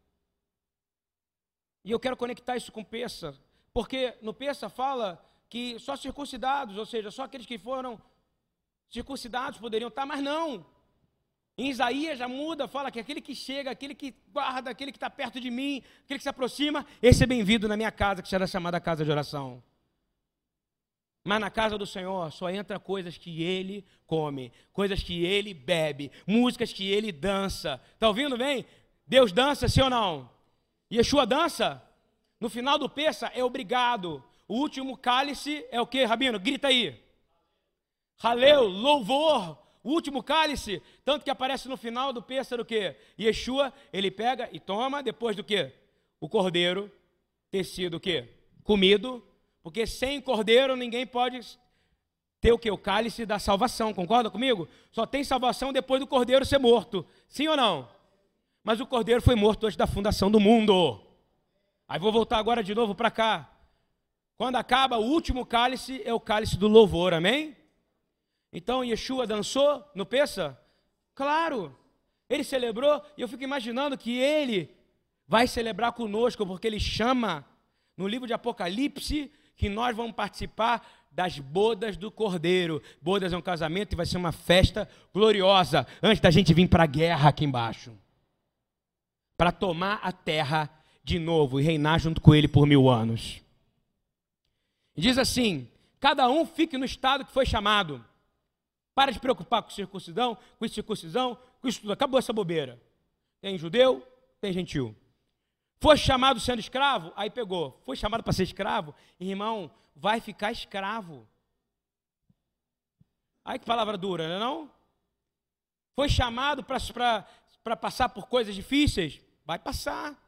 E eu quero conectar isso com Peça, porque no Peça fala que só circuncidados, ou seja, só aqueles que foram circuncidados poderiam estar, mas não. Em Isaías já muda, fala que aquele que chega, aquele que guarda, aquele que está perto de mim, aquele que se aproxima, esse é bem-vindo na minha casa, que será chamada casa de oração. Mas na casa do Senhor só entra coisas que Ele come, coisas que Ele bebe, músicas que Ele dança. Está ouvindo bem? Deus dança, sim ou não? Yeshua dança? No final do Peça é obrigado. O último cálice é o que, Rabino? Grita aí. Haleu, louvor. O último cálice, tanto que aparece no final do Peça o que? Yeshua, ele pega e toma, depois do que? O cordeiro ter sido o quê? Comido. Porque sem cordeiro ninguém pode ter o que? O cálice da salvação, concorda comigo? Só tem salvação depois do cordeiro ser morto, sim ou não? Mas o cordeiro foi morto antes da fundação do mundo. Aí vou voltar agora de novo para cá. Quando acaba, o último cálice é o cálice do louvor, amém? Então Yeshua dançou no Peça? Claro, ele celebrou, e eu fico imaginando que ele vai celebrar conosco, porque ele chama no livro de Apocalipse que nós vamos participar das bodas do Cordeiro. Bodas é um casamento e vai ser uma festa gloriosa, antes da gente vir para a guerra aqui embaixo. Para tomar a terra de novo e reinar junto com ele por mil anos. E diz assim, cada um fique no estado que foi chamado. Para de preocupar com circuncisão, com incircuncisão, com isso tudo. Acabou essa bobeira. Tem judeu, tem gentil. Foi chamado sendo escravo? Aí pegou. Foi chamado para ser escravo? Irmão, vai ficar escravo. Aí que palavra dura, não é não? Foi chamado para passar por coisas difíceis? Vai passar.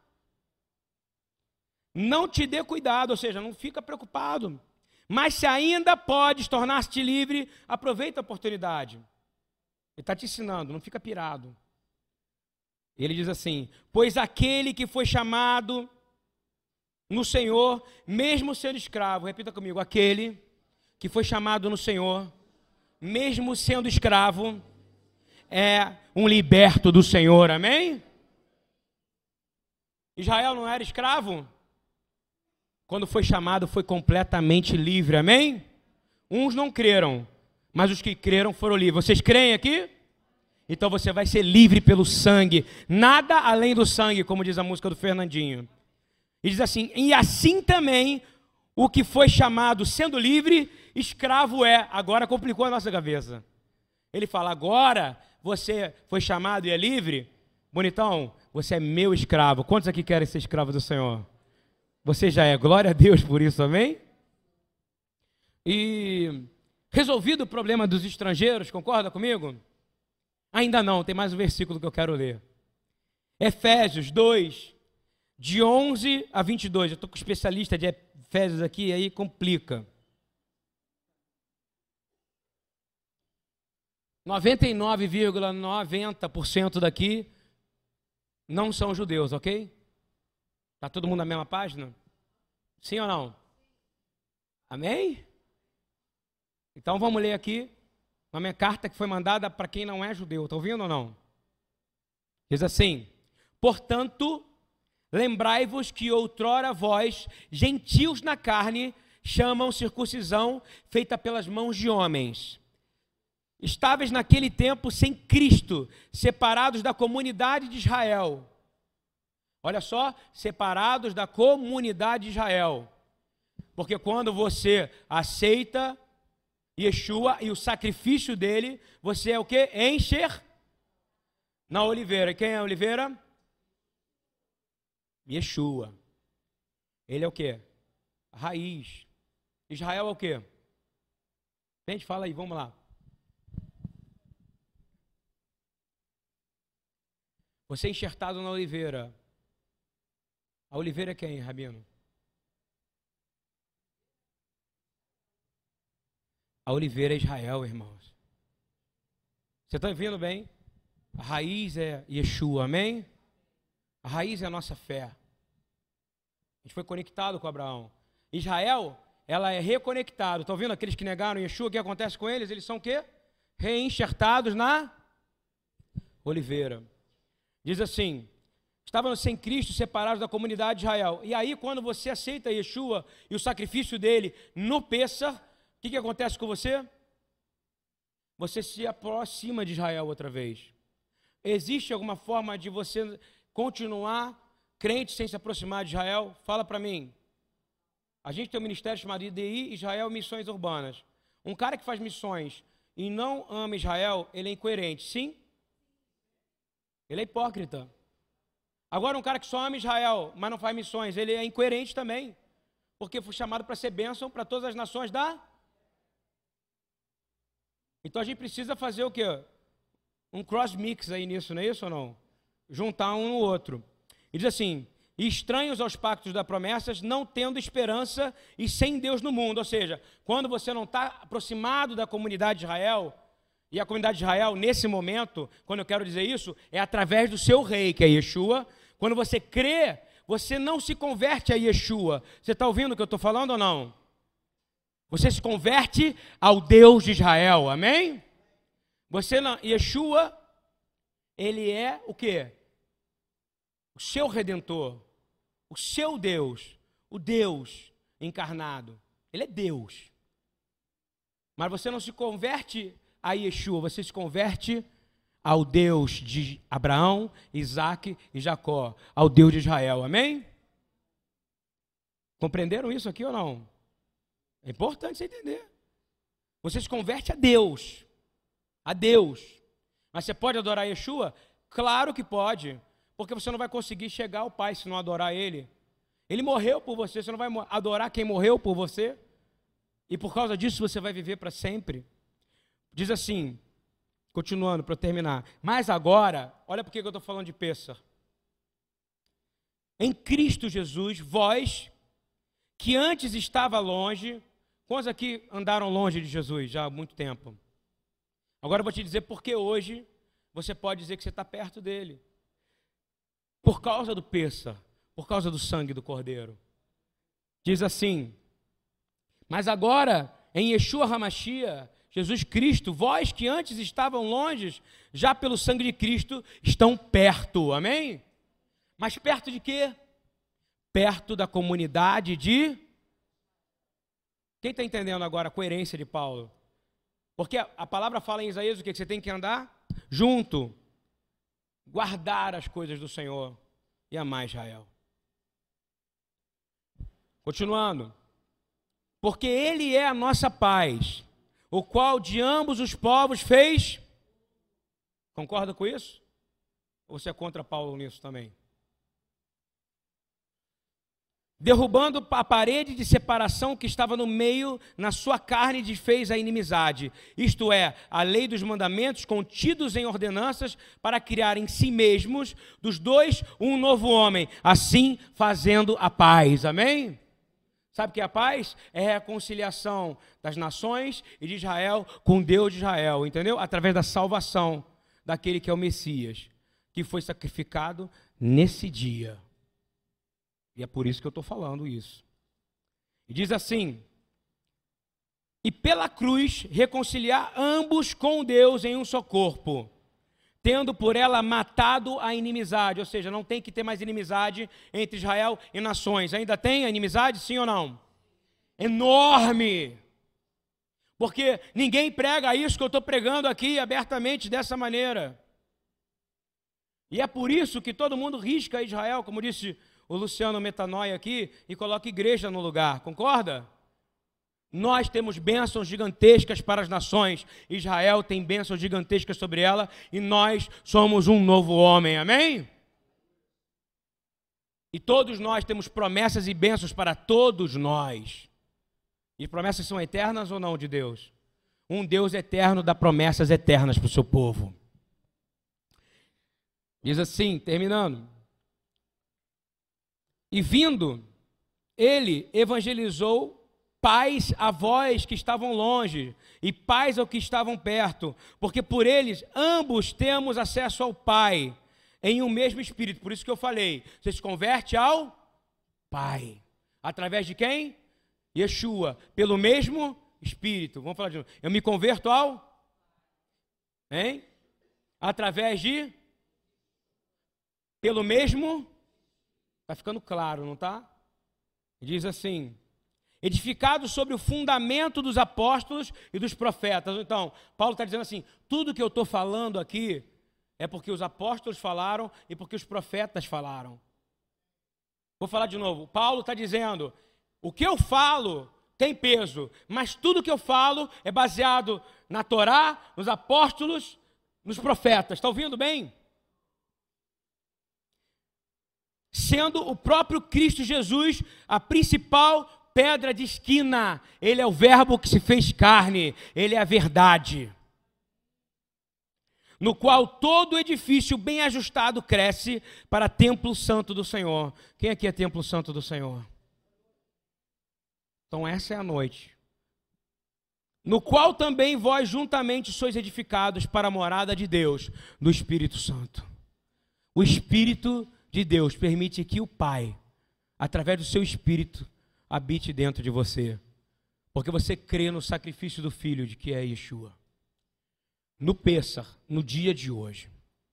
Não te dê cuidado, ou seja, não fica preocupado. Mas se ainda podes tornar-te livre, aproveita a oportunidade. Ele está te ensinando, não fica pirado. Ele diz assim, pois aquele que foi chamado no Senhor, mesmo sendo escravo, repita comigo, aquele que foi chamado no Senhor, mesmo sendo escravo, é um liberto do Senhor, amém? Israel não era escravo? Quando foi chamado, foi completamente livre, amém? Uns não creram, mas os que creram foram livres. Vocês creem aqui? Então você vai ser livre pelo sangue, nada além do sangue, como diz a música do Fernandinho. E diz assim, e assim também o que foi chamado sendo livre, escravo é. Agora complicou a nossa cabeça. Ele fala, agora você foi chamado e é livre? Bonitão, você é meu escravo. Quantos aqui querem ser escravo do Senhor? Você já é, glória a Deus por isso, amém? E Resolvido o problema dos estrangeiros, concorda comigo? Ainda não, tem mais um versículo que eu quero ler. Efésios dois, de onze a vinte e dois. Eu estou com especialista de Efésios aqui, aí complica. noventa e nove vírgula noventa por cento daqui não são judeus, ok? Está todo mundo na mesma página? Sim ou não? Amém? Então vamos ler aqui uma minha carta que foi mandada para quem não é judeu. Está ouvindo ou não? Diz assim: portanto, lembrai-vos que outrora vós, gentios na carne, chamam circuncisão feita pelas mãos de homens. Estáveis naquele tempo sem Cristo, separados da comunidade de Israel. Olha só, separados da comunidade de Israel. Porque quando você aceita Yeshua e o sacrifício dele, você é o quê? Encher na oliveira. E quem é a oliveira? Yeshua. Ele é o quê? A raiz. Israel é o quê? Gente, fala aí, vamos lá. Você é enxertado na oliveira. A oliveira é quem, Rabino? A oliveira é Israel, irmãos. Você está ouvindo bem? A raiz é Yeshua, amém? A raiz é a nossa fé. A gente foi conectado com Abraão. Israel, ela é reconectado. Está ouvindo aqueles que negaram Yeshua? O que acontece com eles? Eles são o quê? Reenxertados na oliveira. Diz assim: estavam sem Cristo, separados da comunidade de Israel. E aí, quando você aceita Yeshua e o sacrifício dele no Pêssar, o que, que acontece com você? Você se aproxima de Israel outra vez. Existe alguma forma de você continuar crente sem se aproximar de Israel? Fala para mim. A gente tem um ministério chamado I D I, Israel Missões Urbanas. Um cara que faz missões e não ama Israel, ele é incoerente, sim? Ele é hipócrita. Agora, um cara que só ama Israel, mas não faz missões, ele é incoerente também. Porque foi chamado para ser bênção para todas as nações da... Então a gente precisa fazer o quê? Um cross-mix aí nisso, não é isso ou não? Juntar um no outro. E diz assim: estranhos aos pactos das promessas, não tendo esperança e sem Deus no mundo. Ou seja, quando você não está aproximado da comunidade de Israel, e a comunidade de Israel, nesse momento, quando eu quero dizer isso, é através do seu rei, que é Yeshua. Quando você crê, você não se converte a Yeshua. Você está ouvindo o que eu estou falando ou não? Você se converte ao Deus de Israel, amém? Você não, Yeshua, ele é o quê? O seu Redentor, o seu Deus, o Deus encarnado. Ele é Deus. Mas você não se converte a Yeshua, você se converte ao Deus de Abraão, Isaque e Jacó, ao Deus de Israel, amém? Compreenderam isso aqui ou não? É importante você entender. Você se converte a Deus, a Deus. Mas você pode adorar Yeshua? Claro que pode, porque você não vai conseguir chegar ao Pai se não adorar Ele. Ele morreu por você, você não vai adorar quem morreu por você, e por causa disso você vai viver para sempre. Diz assim, continuando para terminar: mas agora, olha por que eu estou falando de Pêssar. Em Cristo Jesus, vós, que antes estava longe, quantos aqui andaram longe de Jesus já há muito tempo? Agora eu vou te dizer porque hoje você pode dizer que você está perto dele. Por causa do Pêssar, por causa do sangue do Cordeiro. Diz assim: mas agora, em Yeshua HaMashiach, Jesus Cristo, vós que antes estavam longe, já pelo sangue de Cristo, estão perto, amém? Mas perto de quê? Perto da comunidade de... Quem está entendendo agora a coerência de Paulo? Porque a, a palavra fala em Isaías o que? Que você tem que andar junto, guardar as coisas do Senhor e amar Israel. Continuando. Porque Ele é a nossa paz, o qual de ambos os povos fez... Concorda com isso? Ou você é contra Paulo nisso também? derrubando a parede de separação que estava no meio, na sua carne desfez a inimizade, isto é, a lei dos mandamentos contidos em ordenanças para criar em si mesmos, dos dois, um novo homem, assim fazendo a paz. Amém? Sabe o que é a paz? É a reconciliação das nações e de Israel com Deus de Israel, entendeu? Através da salvação daquele que é o Messias, que foi sacrificado nesse dia. E é por isso que eu estou falando isso. E diz assim: e pela cruz reconciliar ambos com Deus em um só corpo, tendo por ela matado a inimizade. Ou seja, não tem que ter mais inimizade entre Israel e nações. Ainda tem a inimizade, sim ou não? Enorme! Porque ninguém prega isso que eu estou pregando aqui abertamente dessa maneira. E é por isso que todo mundo risca Israel, como disse o Luciano Metanoia aqui, e coloca igreja no lugar, concorda? Nós temos bênçãos gigantescas para as nações, Israel tem bênçãos gigantescas sobre ela, e nós somos um novo homem, amém? E todos nós temos promessas e bênçãos para todos nós. E promessas são eternas ou não de Deus? Um Deus eterno dá promessas eternas para o seu povo. Diz assim, terminando: e vindo, ele evangelizou paz a vós que estavam longe, e paz ao que estavam perto, porque por eles ambos temos acesso ao Pai, em um mesmo Espírito. Por isso que eu falei, você se converte ao Pai. Através de quem? Yeshua, pelo mesmo Espírito. Vamos falar de novo. Eu me converto ao? Hein? Através de? Pelo mesmo? Está ficando claro, não está? Diz assim: edificado sobre o fundamento dos apóstolos e dos profetas. Então, Paulo está dizendo assim, tudo que eu estou falando aqui é porque os apóstolos falaram e porque os profetas falaram. Vou falar de novo. Paulo está dizendo, o que eu falo tem peso, mas tudo que eu falo é baseado na Torá, nos apóstolos, nos profetas. Está ouvindo bem? Sendo o próprio Cristo Jesus a principal pedra de esquina. Ele é o verbo que se fez carne, ele é a verdade, no qual todo edifício bem ajustado cresce para templo santo do Senhor. Quem aqui é templo santo do Senhor? Então essa é a noite. No qual também vós juntamente sois edificados para a morada de Deus, do Espírito Santo. O Espírito de Deus permite que o Pai, através do seu Espírito, habite dentro de você, porque você crê no sacrifício do Filho, de que é Yeshua. No Pêssar, no dia de hoje,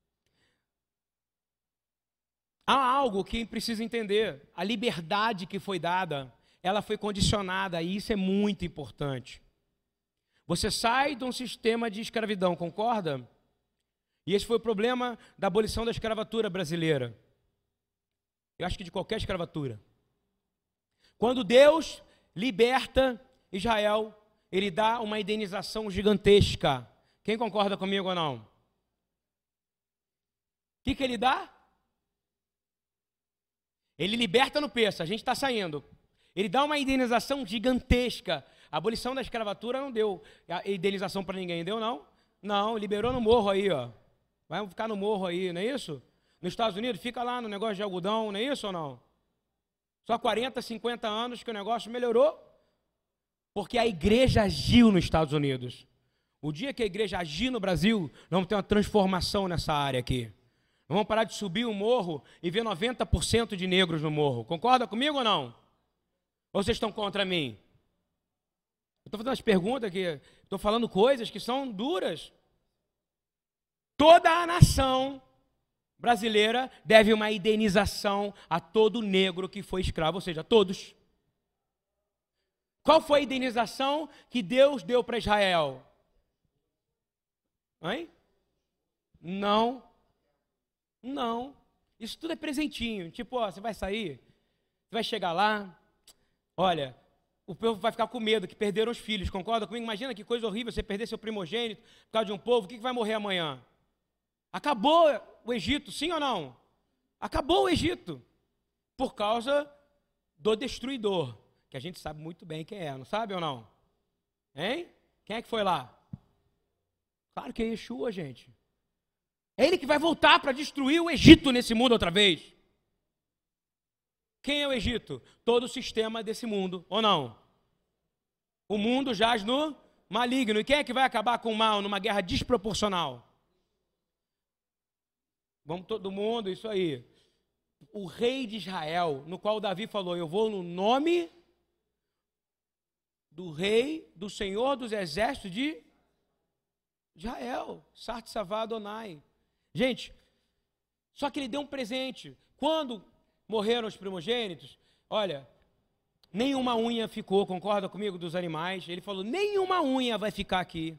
há algo que precisa entender: a liberdade que foi dada, ela foi condicionada, e isso é muito importante. Você sai de um sistema de escravidão, concorda? E esse foi o problema da abolição da escravatura brasileira. Eu acho que de qualquer escravatura. Quando Deus liberta Israel, ele dá uma indenização gigantesca. Quem concorda comigo ou não? O que, que ele dá? Ele liberta no Pêssar, a gente está saindo. Ele dá uma indenização gigantesca. A abolição da escravatura não deu a indenização para ninguém, deu não? Não, liberou no morro aí, ó. Vai ficar no morro aí, não é isso? Nos Estados Unidos, fica lá no negócio de algodão, não é isso ou não? Só quarenta, cinquenta anos que o negócio melhorou, porque a igreja agiu nos Estados Unidos. O dia que a igreja agir no Brasil, nós vamos ter uma transformação nessa área aqui. Nós vamos parar de subir o morro e ver noventa por cento de negros no morro. Concorda comigo ou não? Ou vocês estão contra mim? Eu estou fazendo umas perguntas aqui, estou falando coisas que são duras. Toda a nação brasileira deve uma indenização a todo negro que foi escravo, ou seja, a todos. Qual foi a indenização que Deus deu para Israel? Hein? Não. Não. Isso tudo é presentinho. Tipo, ó, você vai sair, você vai chegar lá, olha, o povo vai ficar com medo que perderam os filhos, concorda comigo? Imagina que coisa horrível você perder seu primogênito por causa de um povo, o que vai morrer amanhã? Acabou o Egito, sim ou não? Acabou o Egito, por causa do destruidor, que a gente sabe muito bem quem é, não sabe ou não? Hein? Quem é que foi lá? Claro que é Yeshua, gente. É ele que vai voltar para destruir o Egito nesse mundo outra vez. Quem é o Egito? Todo o sistema desse mundo, ou não? O mundo jaz no maligno. E quem é que vai acabar com o mal numa guerra desproporcional? Vamos todo mundo, isso aí. O rei de Israel, no qual Davi falou, eu vou no nome do rei, do Senhor dos exércitos de Israel, Sartsavá Adonai. Gente, só que ele deu um presente. Quando morreram os primogênitos, olha, nenhuma unha ficou, concorda comigo, dos animais? Ele falou, nenhuma unha vai ficar aqui.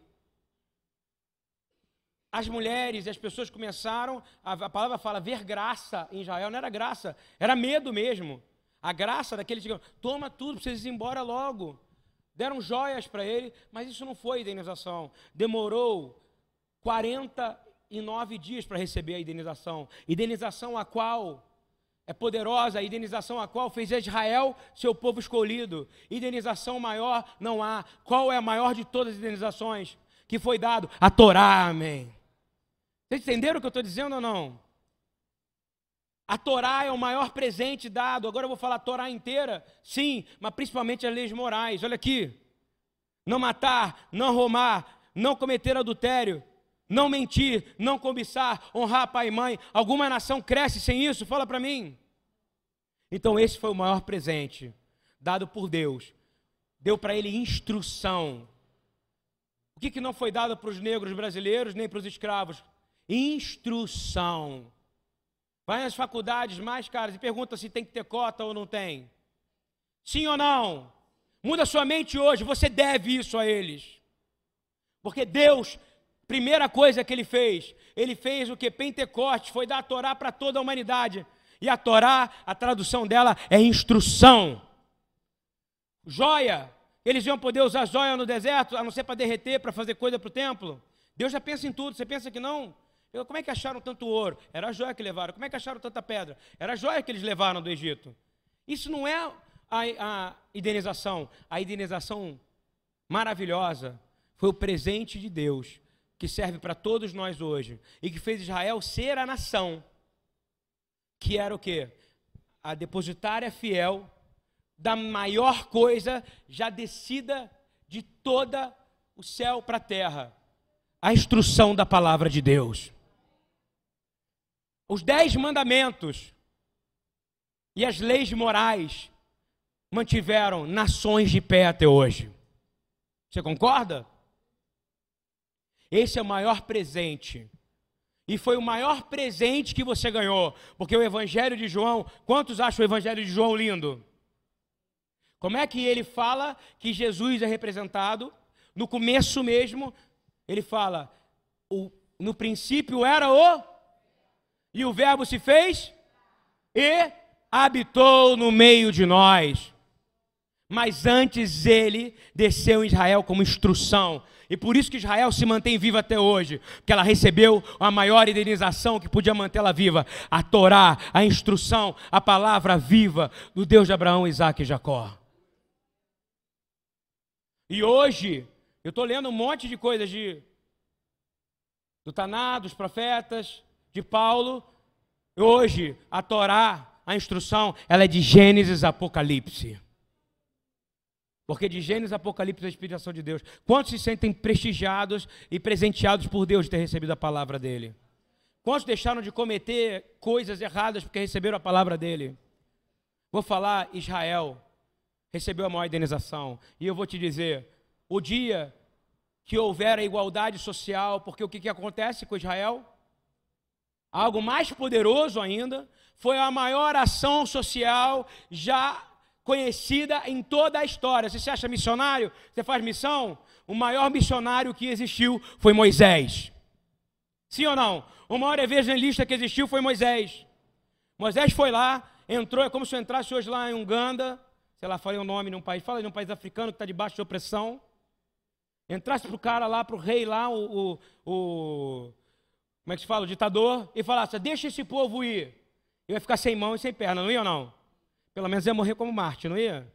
As mulheres e as pessoas começaram, a, a palavra fala, ver graça em Israel, não era graça, era medo mesmo. A graça daqueles que toma tudo, precisa ir embora logo. Deram joias para ele, mas isso não foi indenização. Demorou quarenta e nove dias para receber a indenização. Indenização a qual é poderosa, a indenização a qual fez Israel seu povo escolhido. Indenização maior não há. Qual é a maior de todas as indenizações que foi dado? A Torá, amém. Vocês entenderam o que eu estou dizendo ou não? A Torá é o maior presente dado. Agora eu vou falar a Torá inteira, sim, mas principalmente as leis morais. Olha aqui. Não matar, não roubar, não cometer adultério, não mentir, não cobiçar, honrar pai e mãe. Alguma nação cresce sem isso? Fala para mim. Então esse foi o maior presente dado por Deus. Deu para ele instrução. O que, que não foi dado para os negros brasileiros, nem para os escravos? Instrução. Vai nas faculdades mais caras e pergunta se tem que ter cota ou não tem. Sim ou não? Muda sua mente hoje, você deve isso a eles. Porque Deus, primeira coisa que Ele fez, Ele fez o que? Pentecostes, foi dar a Torá para toda a humanidade. E a Torá, a tradução dela é instrução. Joia, eles iam poder usar joia no deserto, a não ser para derreter, para fazer coisa para o templo. Deus já pensa em tudo, você pensa que não? Como é que acharam tanto ouro? Era a joia que levaram. Como é que acharam tanta pedra? Era a joia que eles levaram do Egito. Isso não é a, a indenização. A indenização maravilhosa foi o presente de Deus, que serve para todos nós hoje, e que fez Israel ser a nação, que era o quê? A depositária fiel da maior coisa já descida de toda o céu para a terra, a instrução da palavra de Deus. Os dez mandamentos e as leis morais mantiveram nações de pé até hoje. Você concorda? Esse é o maior presente. E foi o maior presente que você ganhou. Porque o Evangelho de João, quantos acham o Evangelho de João lindo? Como é que ele fala que Jesus é representado? No começo mesmo, ele fala, o, no princípio era o... E o verbo se fez e habitou no meio de nós. Mas antes ele desceu em Israel como instrução. E por isso que Israel se mantém viva até hoje. Porque ela recebeu a maior indenização que podia mantê-la viva. A Torá, a instrução, a palavra viva do Deus de Abraão, Isaque e Jacó. E hoje, eu estou lendo um monte de coisas de, do Taná, dos profetas, de Paulo. Hoje, a Torá, a instrução, ela é de Gênesis a Apocalipse. Porque de Gênesis a Apocalipse é a inspiração de Deus. Quantos se sentem prestigiados e presenteados por Deus de ter recebido a palavra dele? Quantos deixaram de cometer coisas erradas porque receberam a palavra dele? Vou falar, Israel recebeu a maior indenização. E eu vou te dizer, o dia que houver a igualdade social, porque o que, que acontece com Israel? Algo mais poderoso ainda, foi a maior ação social já conhecida em toda a história. Você se acha missionário? Você faz missão? O maior missionário que existiu foi Moisés. Sim ou não? O maior evangelista que existiu foi Moisés. Moisés foi lá, entrou, é como se eu entrasse hoje lá em Uganda, sei lá, falei o nome de um país, fala de um país africano que está debaixo de opressão. Entrasse para o cara lá, para o rei lá, o, o, o, como é que se fala, o ditador, e falasse, deixa esse povo ir. Eu ia ficar sem mão e sem perna, não ia ou não? Pelo menos ia morrer como Marte, não ia?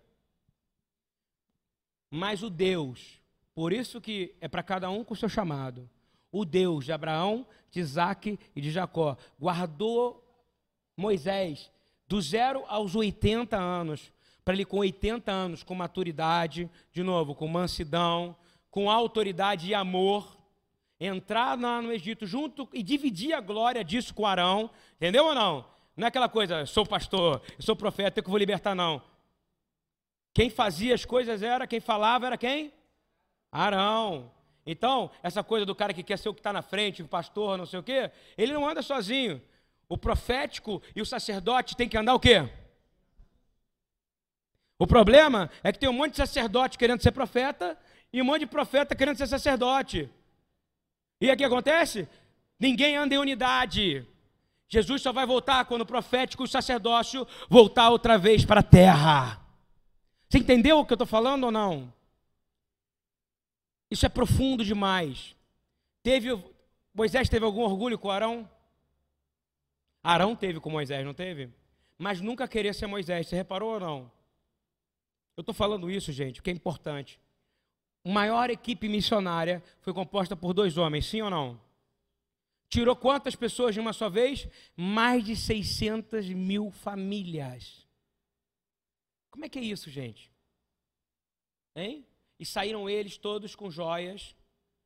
Mas o Deus, por isso que é para cada um com o seu chamado, o Deus de Abraão, de Isaque e de Jacó, guardou Moisés do zero aos oitenta anos, para ele com oitenta anos, com maturidade, de novo, com mansidão, com autoridade e amor, entrar lá no Egito junto e dividir a glória disso com Arão, entendeu ou não? Não é aquela coisa, eu sou pastor, eu sou profeta, eu que vou libertar, não. Quem fazia as coisas era, quem falava era quem? Arão. Então, essa coisa do cara que quer ser o que está na frente, o pastor, não sei o quê, ele não anda sozinho. O profético e o sacerdote tem que andar o quê? O problema é que tem um monte de sacerdote querendo ser profeta e um monte de profeta querendo ser sacerdote. E o que acontece? Ninguém anda em unidade. Jesus só vai voltar quando o profético e o sacerdócio voltar outra vez para a terra. Você entendeu o que eu estou falando ou não? Isso é profundo demais. Teve, Moisés teve algum orgulho com Arão? Arão teve com Moisés, não teve? Mas nunca queria ser Moisés, você reparou ou não? Eu estou falando isso, gente, porque é importante. A maior equipe missionária foi composta por dois homens, sim ou não? Tirou quantas pessoas de uma só vez? Mais de seiscentas mil famílias. Como é que é isso, gente? Hein? E saíram eles todos com joias.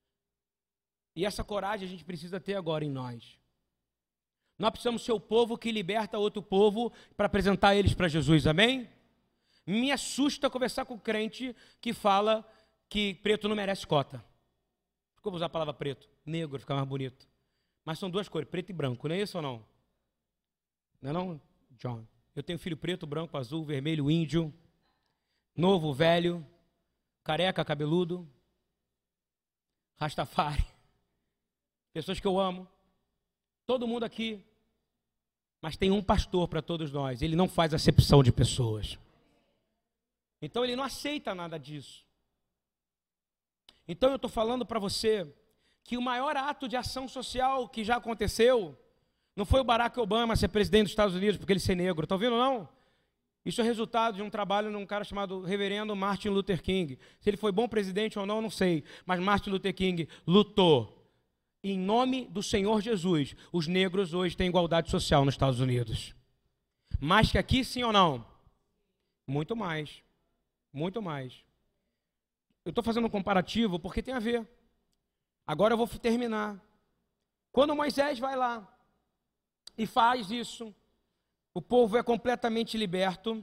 E essa coragem a gente precisa ter agora em nós. Nós precisamos ser o povo que liberta outro povo para apresentar eles para Jesus, amém? Me assusta conversar com crente que fala que preto não merece cota. Por que eu vou usar a palavra preto? Negro, fica mais bonito. Mas são duas cores, preto e branco, não é isso ou não? Não é não, John? Eu tenho filho preto, branco, azul, vermelho, índio, novo, velho, careca, cabeludo, Rastafari, pessoas que eu amo, todo mundo aqui, mas tem um pastor para todos nós, ele não faz acepção de pessoas. Então ele não aceita nada disso. Então eu estou falando para você que o maior ato de ação social que já aconteceu não foi o Barack Obama ser presidente dos Estados Unidos porque ele ser negro, está ouvindo não? Isso é resultado de um trabalho de um cara chamado reverendo Martin Luther King. Se ele foi bom presidente ou não, não sei, mas Martin Luther King lutou. Em nome do Senhor Jesus, os negros hoje têm igualdade social nos Estados Unidos. Mais que aqui, sim ou não? Muito mais. Muito mais. Eu estou fazendo um comparativo porque tem a ver. Agora eu vou terminar. Quando Moisés vai lá e faz isso, o povo é completamente liberto.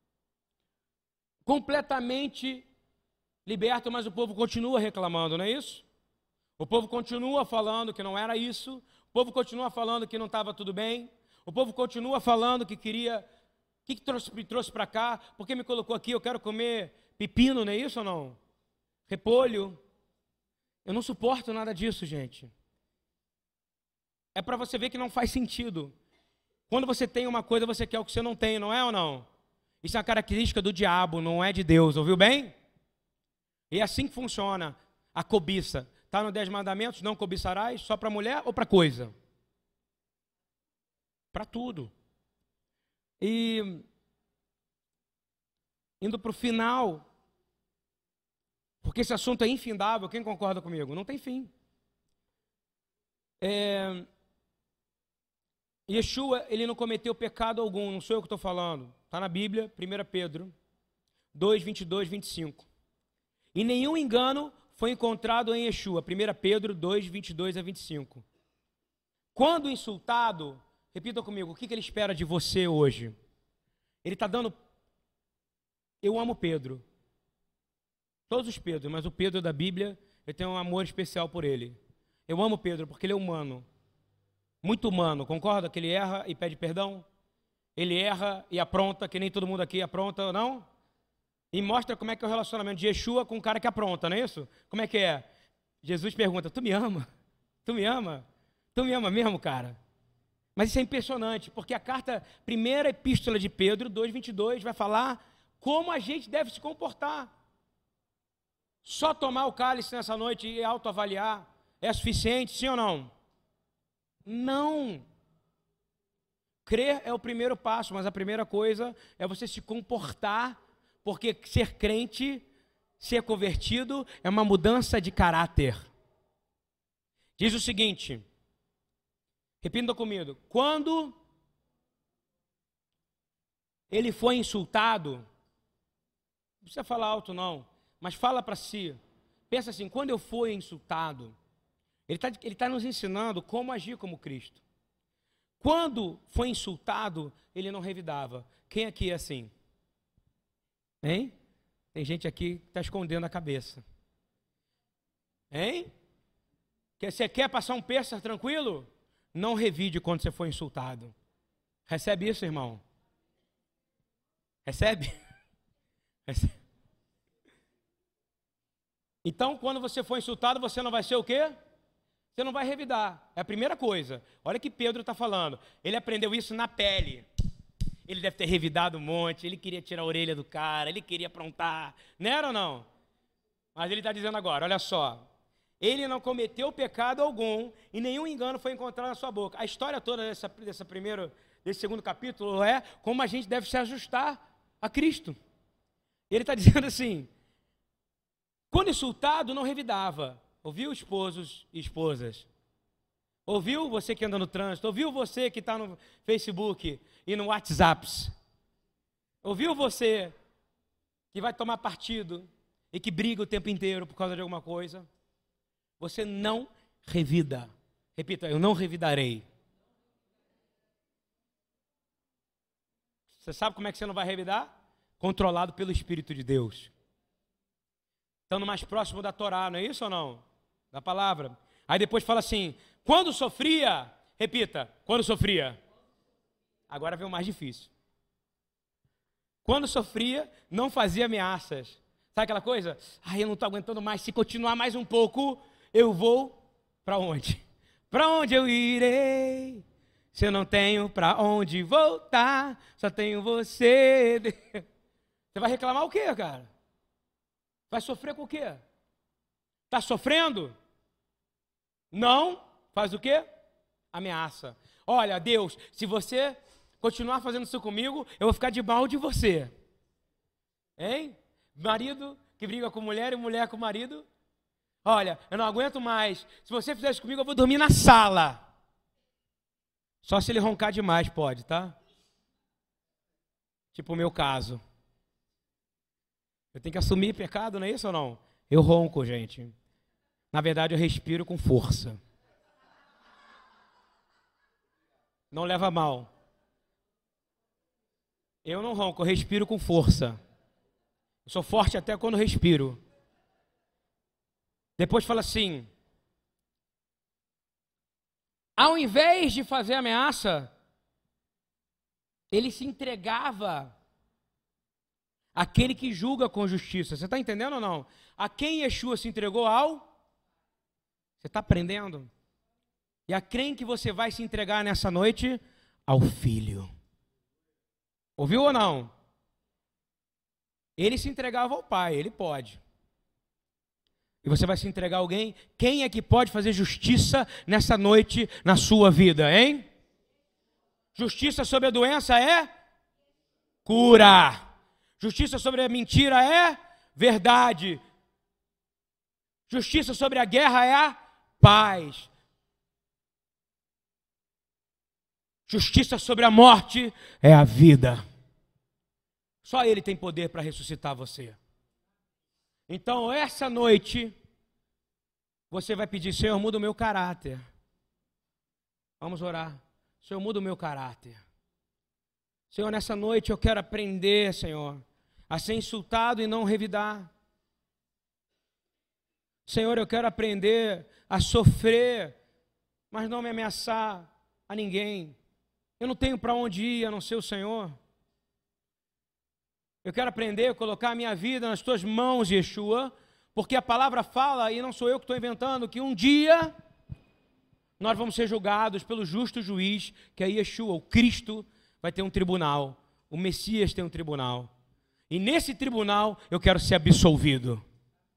Completamente liberto, mas o povo continua reclamando, não é isso? O povo continua falando que não era isso. O povo continua falando que não estava tudo bem. O povo continua falando que queria... O que, que trouxe, me trouxe para cá? Por que me colocou aqui? Eu quero comer pepino, não é isso ou não? Repolho. Eu não suporto nada disso, gente. É para você ver que não faz sentido. Quando você tem uma coisa, você quer o que você não tem, não é ou não? Isso é uma característica do diabo, não é de Deus, ouviu bem? E é assim que funciona a cobiça. Está no Dez Mandamentos, não cobiçarás, só para mulher ou para coisa? Para tudo. E, indo para o final, porque esse assunto é infindável, quem concorda comigo? Não tem fim. É, Yeshua, ele não cometeu pecado algum, não sou eu que estou falando. Está na Bíblia, primeira Pedro dois, vinte e dois, vinte e cinco. E nenhum engano foi encontrado em Yeshua, primeira Pedro dois, vinte e dois a vinte e cinco. Quando insultado, repita comigo, o que, que ele espera de você hoje? Ele está dando... Eu amo Pedro. Todos os Pedros, mas o Pedro da Bíblia, eu tenho um amor especial por ele. Eu amo Pedro porque ele é humano. Muito humano, concorda? Que ele erra e pede perdão? Ele erra e apronta, que nem todo mundo aqui apronta, não? E mostra como é que é o relacionamento de Yeshua com o cara que apronta, não é isso? Como é que é? Jesus pergunta, tu me ama? Tu me ama? Tu me ama mesmo, cara? Mas isso é impressionante, porque a carta, primeira epístola de Pedro, dois, vinte e dois, vai falar como a gente deve se comportar. Só tomar o cálice nessa noite e autoavaliar é suficiente, sim ou não? Não. Crer é o primeiro passo, mas a primeira coisa é você se comportar, porque ser crente, ser convertido, é uma mudança de caráter. Diz o seguinte, repita comigo, quando ele foi insultado, não precisa falar alto não, mas fala para si, pensa assim, quando eu fui insultado, ele está ele tá nos ensinando como agir como Cristo. Quando foi insultado, ele não revidava. Quem aqui é assim? Hein? Tem gente aqui que está escondendo a cabeça. Hein? Você quer passar um pêssego tranquilo? Não revide quando você for insultado. Recebe isso, irmão? Recebe? Recebe? Então, quando você for insultado, você não vai ser o quê? Você não vai revidar. É a primeira coisa. Olha que Pedro está falando. Ele aprendeu isso na pele. Ele deve ter revidado um monte. Ele queria tirar a orelha do cara. Ele queria aprontar. Não era ou não? Mas ele está dizendo agora, olha só. Ele não cometeu pecado algum e nenhum engano foi encontrado na sua boca. A história toda dessa, dessa primeiro, desse segundo capítulo é como a gente deve se ajustar a Cristo. Ele está dizendo assim, quando insultado não revidava. Ouviu, esposos e esposas? Ouviu você que anda no trânsito? Ouviu você que está no Facebook e no WhatsApp? Ouviu você que vai tomar partido e que briga o tempo inteiro por causa de alguma coisa? Você não revida. Repita, eu não revidarei. Você sabe como é que você não vai revidar? Controlado pelo Espírito de Deus. Estando mais próximo da Torá, não é isso ou não? Da palavra. Aí depois fala assim, quando sofria, repita, quando sofria. Agora vem o mais difícil. Quando sofria, não fazia ameaças. Sabe aquela coisa? Ai, eu não estou aguentando mais, se continuar mais um pouco, eu vou para onde? Para onde eu irei? Se eu não tenho para onde voltar, só tenho você. Você vai reclamar o quê, cara? Vai sofrer com o quê? Está sofrendo? Não. Faz o quê? Ameaça. Olha, Deus, se você continuar fazendo isso comigo, eu vou ficar de mal de você. Hein? Marido que briga com mulher e mulher com marido. Olha, eu não aguento mais. Se você fizer isso comigo, eu vou dormir na sala. Só se ele roncar demais, pode, tá? Tipo o meu caso. Eu tenho que assumir pecado, não é isso ou não? Eu ronco, gente. Na verdade, eu respiro com força. Não leva a mal. Eu não ronco, eu respiro com força. Eu sou forte até quando respiro. Depois fala assim, ao invés de fazer ameaça, ele se entregava àquele que julga com justiça. Você está entendendo ou não? A quem Yeshua se entregou ao? Você está aprendendo? E a quem que você vai se entregar nessa noite? Ao Filho. Ouviu ou não? Ele se entregava ao Pai, ele pode. E você vai se entregar a alguém? Quem é que pode fazer justiça nessa noite na sua vida, hein? Justiça sobre a doença é cura. Justiça sobre a mentira é verdade. Justiça sobre a guerra é a paz. Justiça sobre a morte é a vida. Só Ele tem poder para ressuscitar você. Então, essa noite, você vai pedir, Senhor, muda o meu caráter. Vamos orar. Senhor, muda o meu caráter. Senhor, nessa noite eu quero aprender, Senhor, a ser insultado e não revidar. Senhor, eu quero aprender a sofrer, mas não me ameaçar a ninguém. Eu não tenho para onde ir a não ser o Senhor. Eu quero aprender a colocar a minha vida nas tuas mãos, Yeshua, porque a palavra fala, e não sou eu que estou inventando, que um dia nós vamos ser julgados pelo justo juiz, que é Yeshua, o Cristo vai ter um tribunal, o Messias tem um tribunal. E nesse tribunal eu quero ser absolvido.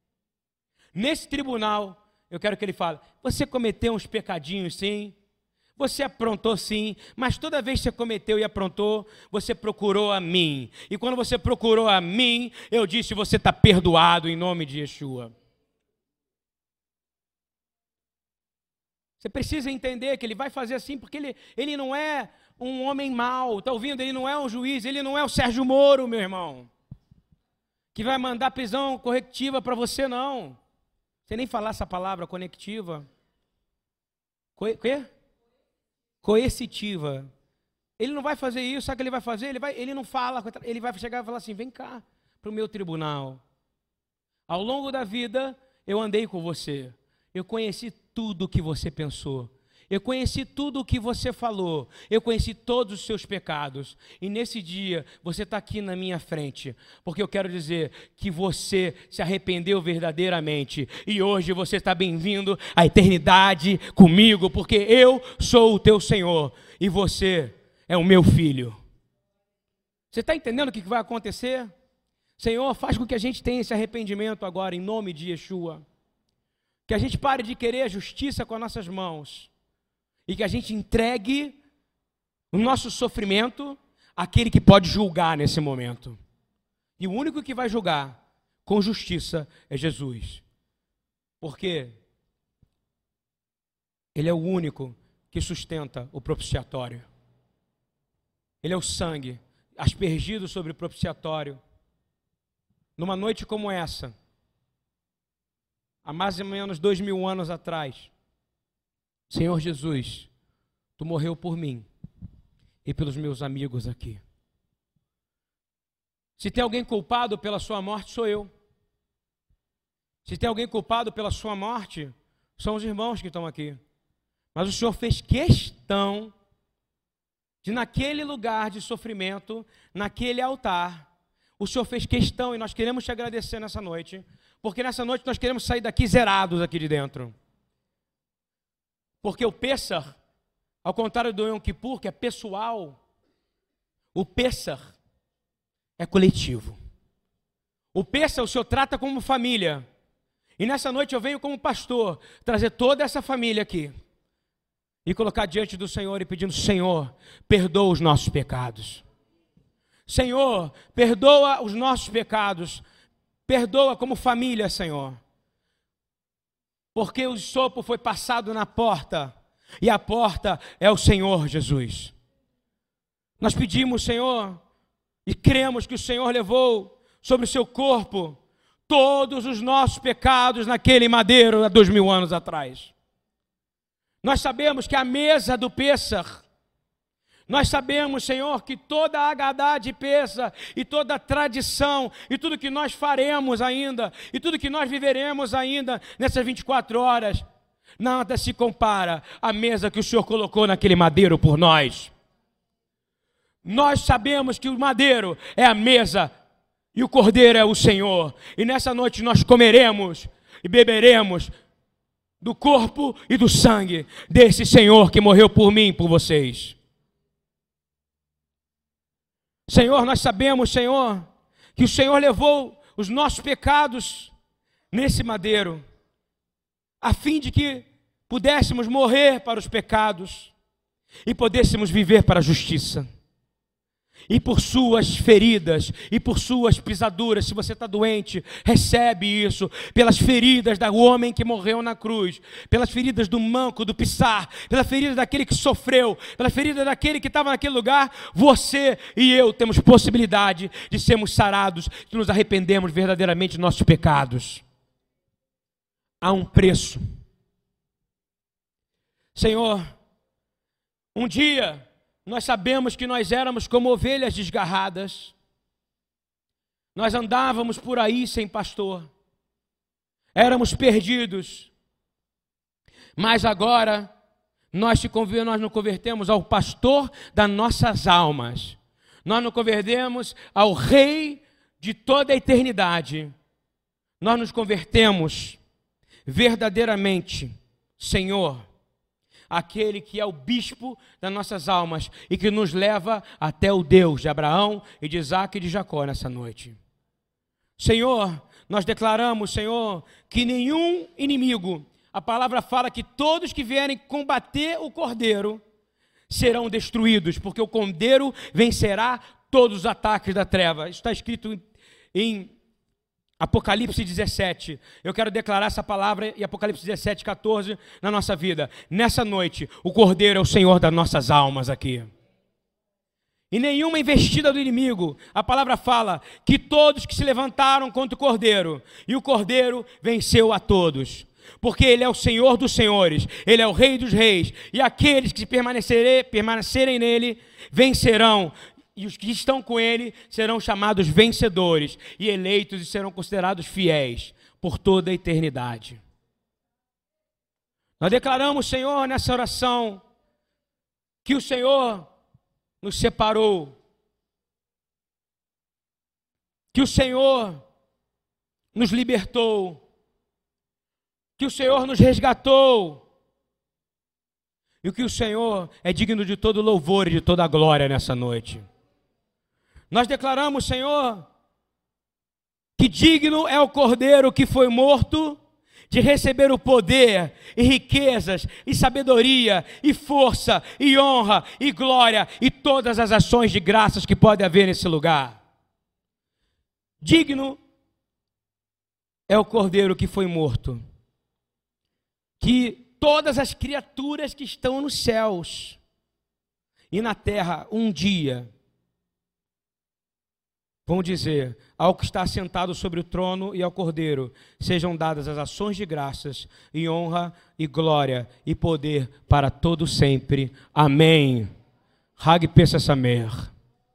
Nesse tribunal eu quero que ele fale, você cometeu uns pecadinhos sim, Você aprontou sim, mas toda vez que você cometeu e aprontou, você procurou a mim. E quando você procurou a mim, eu disse, você está perdoado em nome de Yeshua. Você precisa entender que ele vai fazer assim, porque ele, ele não é um homem mau, está ouvindo? Ele não é um juiz, ele não é o Sérgio Moro, meu irmão, que vai mandar prisão corretiva para você, não. Você nem falar essa palavra, conectiva. Co quê? Coercitiva. Ele não vai fazer isso, sabe o que ele vai fazer? Ele, vai, ele não fala, ele vai chegar e falar assim, vem cá para o meu tribunal. Ao longo da vida, eu andei com você. Eu conheci tudo o que você pensou. Eu conheci tudo o que você falou. Eu conheci todos os seus pecados. E nesse dia, você está aqui na minha frente. Porque eu quero dizer que você se arrependeu verdadeiramente. E hoje você está bem-vindo à eternidade comigo. Porque eu sou o teu Senhor. E você é o meu filho. Você está entendendo o que vai acontecer? Senhor, faz com que a gente tenha esse arrependimento agora, em nome de Yeshua. Que a gente pare de querer a justiça com as nossas mãos. E que a gente entregue o nosso sofrimento àquele que pode julgar nesse momento. E o único que vai julgar com justiça é Jesus. Porque Ele é o único que sustenta o propiciatório. Ele é o sangue aspergido sobre o propiciatório. Numa noite como essa, há mais ou menos dois mil anos atrás, Senhor Jesus, Tu morreu por mim e pelos meus amigos aqui. Se tem alguém culpado pela sua morte, sou eu. Se tem alguém culpado pela sua morte, são os irmãos que estão aqui. Mas o Senhor fez questão de, naquele lugar de sofrimento, naquele altar, o Senhor fez questão, e nós queremos te agradecer nessa noite, porque nessa noite nós queremos sair daqui zerados aqui de dentro. Porque o Pessah, ao contrário do Yom Kippur, que é pessoal, o Pessah é coletivo. O Pessah o Senhor trata como família. E nessa noite eu venho como pastor, trazer toda essa família aqui e colocar diante do Senhor e pedindo, Senhor, perdoa os nossos pecados. Senhor, perdoa os nossos pecados. Perdoa como família, Senhor. Porque o sopro foi passado na porta, e a porta é o Senhor Jesus. Nós pedimos, Senhor, e cremos que o Senhor levou sobre o seu corpo todos os nossos pecados naquele madeiro há dois mil anos atrás. Nós sabemos que a mesa do Pessah, nós sabemos, Senhor, que toda a Agadá de Pessah e toda a tradição e tudo que nós faremos ainda e tudo que nós viveremos ainda nessas vinte e quatro horas, nada se compara à mesa que o Senhor colocou naquele madeiro por nós. Nós sabemos que o madeiro é a mesa e o cordeiro é o Senhor. E nessa noite nós comeremos e beberemos do corpo e do sangue desse Senhor que morreu por mim e por vocês. Senhor, nós sabemos, Senhor, que o Senhor levou os nossos pecados nesse madeiro, a fim de que pudéssemos morrer para os pecados e pudéssemos viver para a justiça. E por suas feridas, e por suas pisaduras, se você está doente, recebe isso, pelas feridas do homem que morreu na cruz, pelas feridas do manco, do pisar, pelas feridas daquele que sofreu, pelas feridas daquele que estava naquele lugar, você e eu temos possibilidade de sermos sarados, de nos arrependermos verdadeiramente dos nossos pecados. Há um preço. Senhor, um dia nós sabemos que nós éramos como ovelhas desgarradas. Nós andávamos por aí sem pastor. Éramos perdidos. Mas agora nós, te, nós nos convertemos ao pastor das nossas almas. Nós nos convertemos ao Rei de toda a eternidade. Nós nos convertemos verdadeiramente, Senhor, aquele que é o bispo das nossas almas e que nos leva até o Deus de Abraão e de Isaque e de Jacó nessa noite. Senhor, nós declaramos, Senhor, que nenhum inimigo a palavra fala que todos que vierem combater o cordeiro serão destruídos, porque o cordeiro vencerá todos os ataques da treva. Isso está escrito em Apocalipse dezessete. Eu quero declarar essa palavra em Apocalipse dezessete, quatorze na nossa vida. Nessa noite, o cordeiro é o Senhor das nossas almas aqui. E nenhuma investida do inimigo. A palavra fala que todos que se levantaram contra o cordeiro, e o cordeiro venceu a todos. Porque ele é o Senhor dos senhores, ele é o Rei dos reis, e aqueles que permanecerem, permanecerem nele vencerão, e os que estão com ele serão chamados vencedores, e eleitos e serão considerados fiéis por toda a eternidade. Nós declaramos, Senhor, nessa oração, que o Senhor nos separou, que o Senhor nos libertou, que o Senhor nos resgatou, e que o Senhor é digno de todo louvor e de toda glória nessa noite. Nós declaramos, Senhor, que digno é o Cordeiro que foi morto de receber o poder e riquezas e sabedoria e força e honra e glória e todas as ações de graças que pode haver nesse lugar. Digno é o Cordeiro que foi morto, que todas as criaturas que estão nos céus e na terra um dia vão dizer ao que está sentado sobre o trono e ao Cordeiro, sejam dadas as ações de graças e honra e glória e poder para todo sempre. Amém. Hag Pesach Sameach.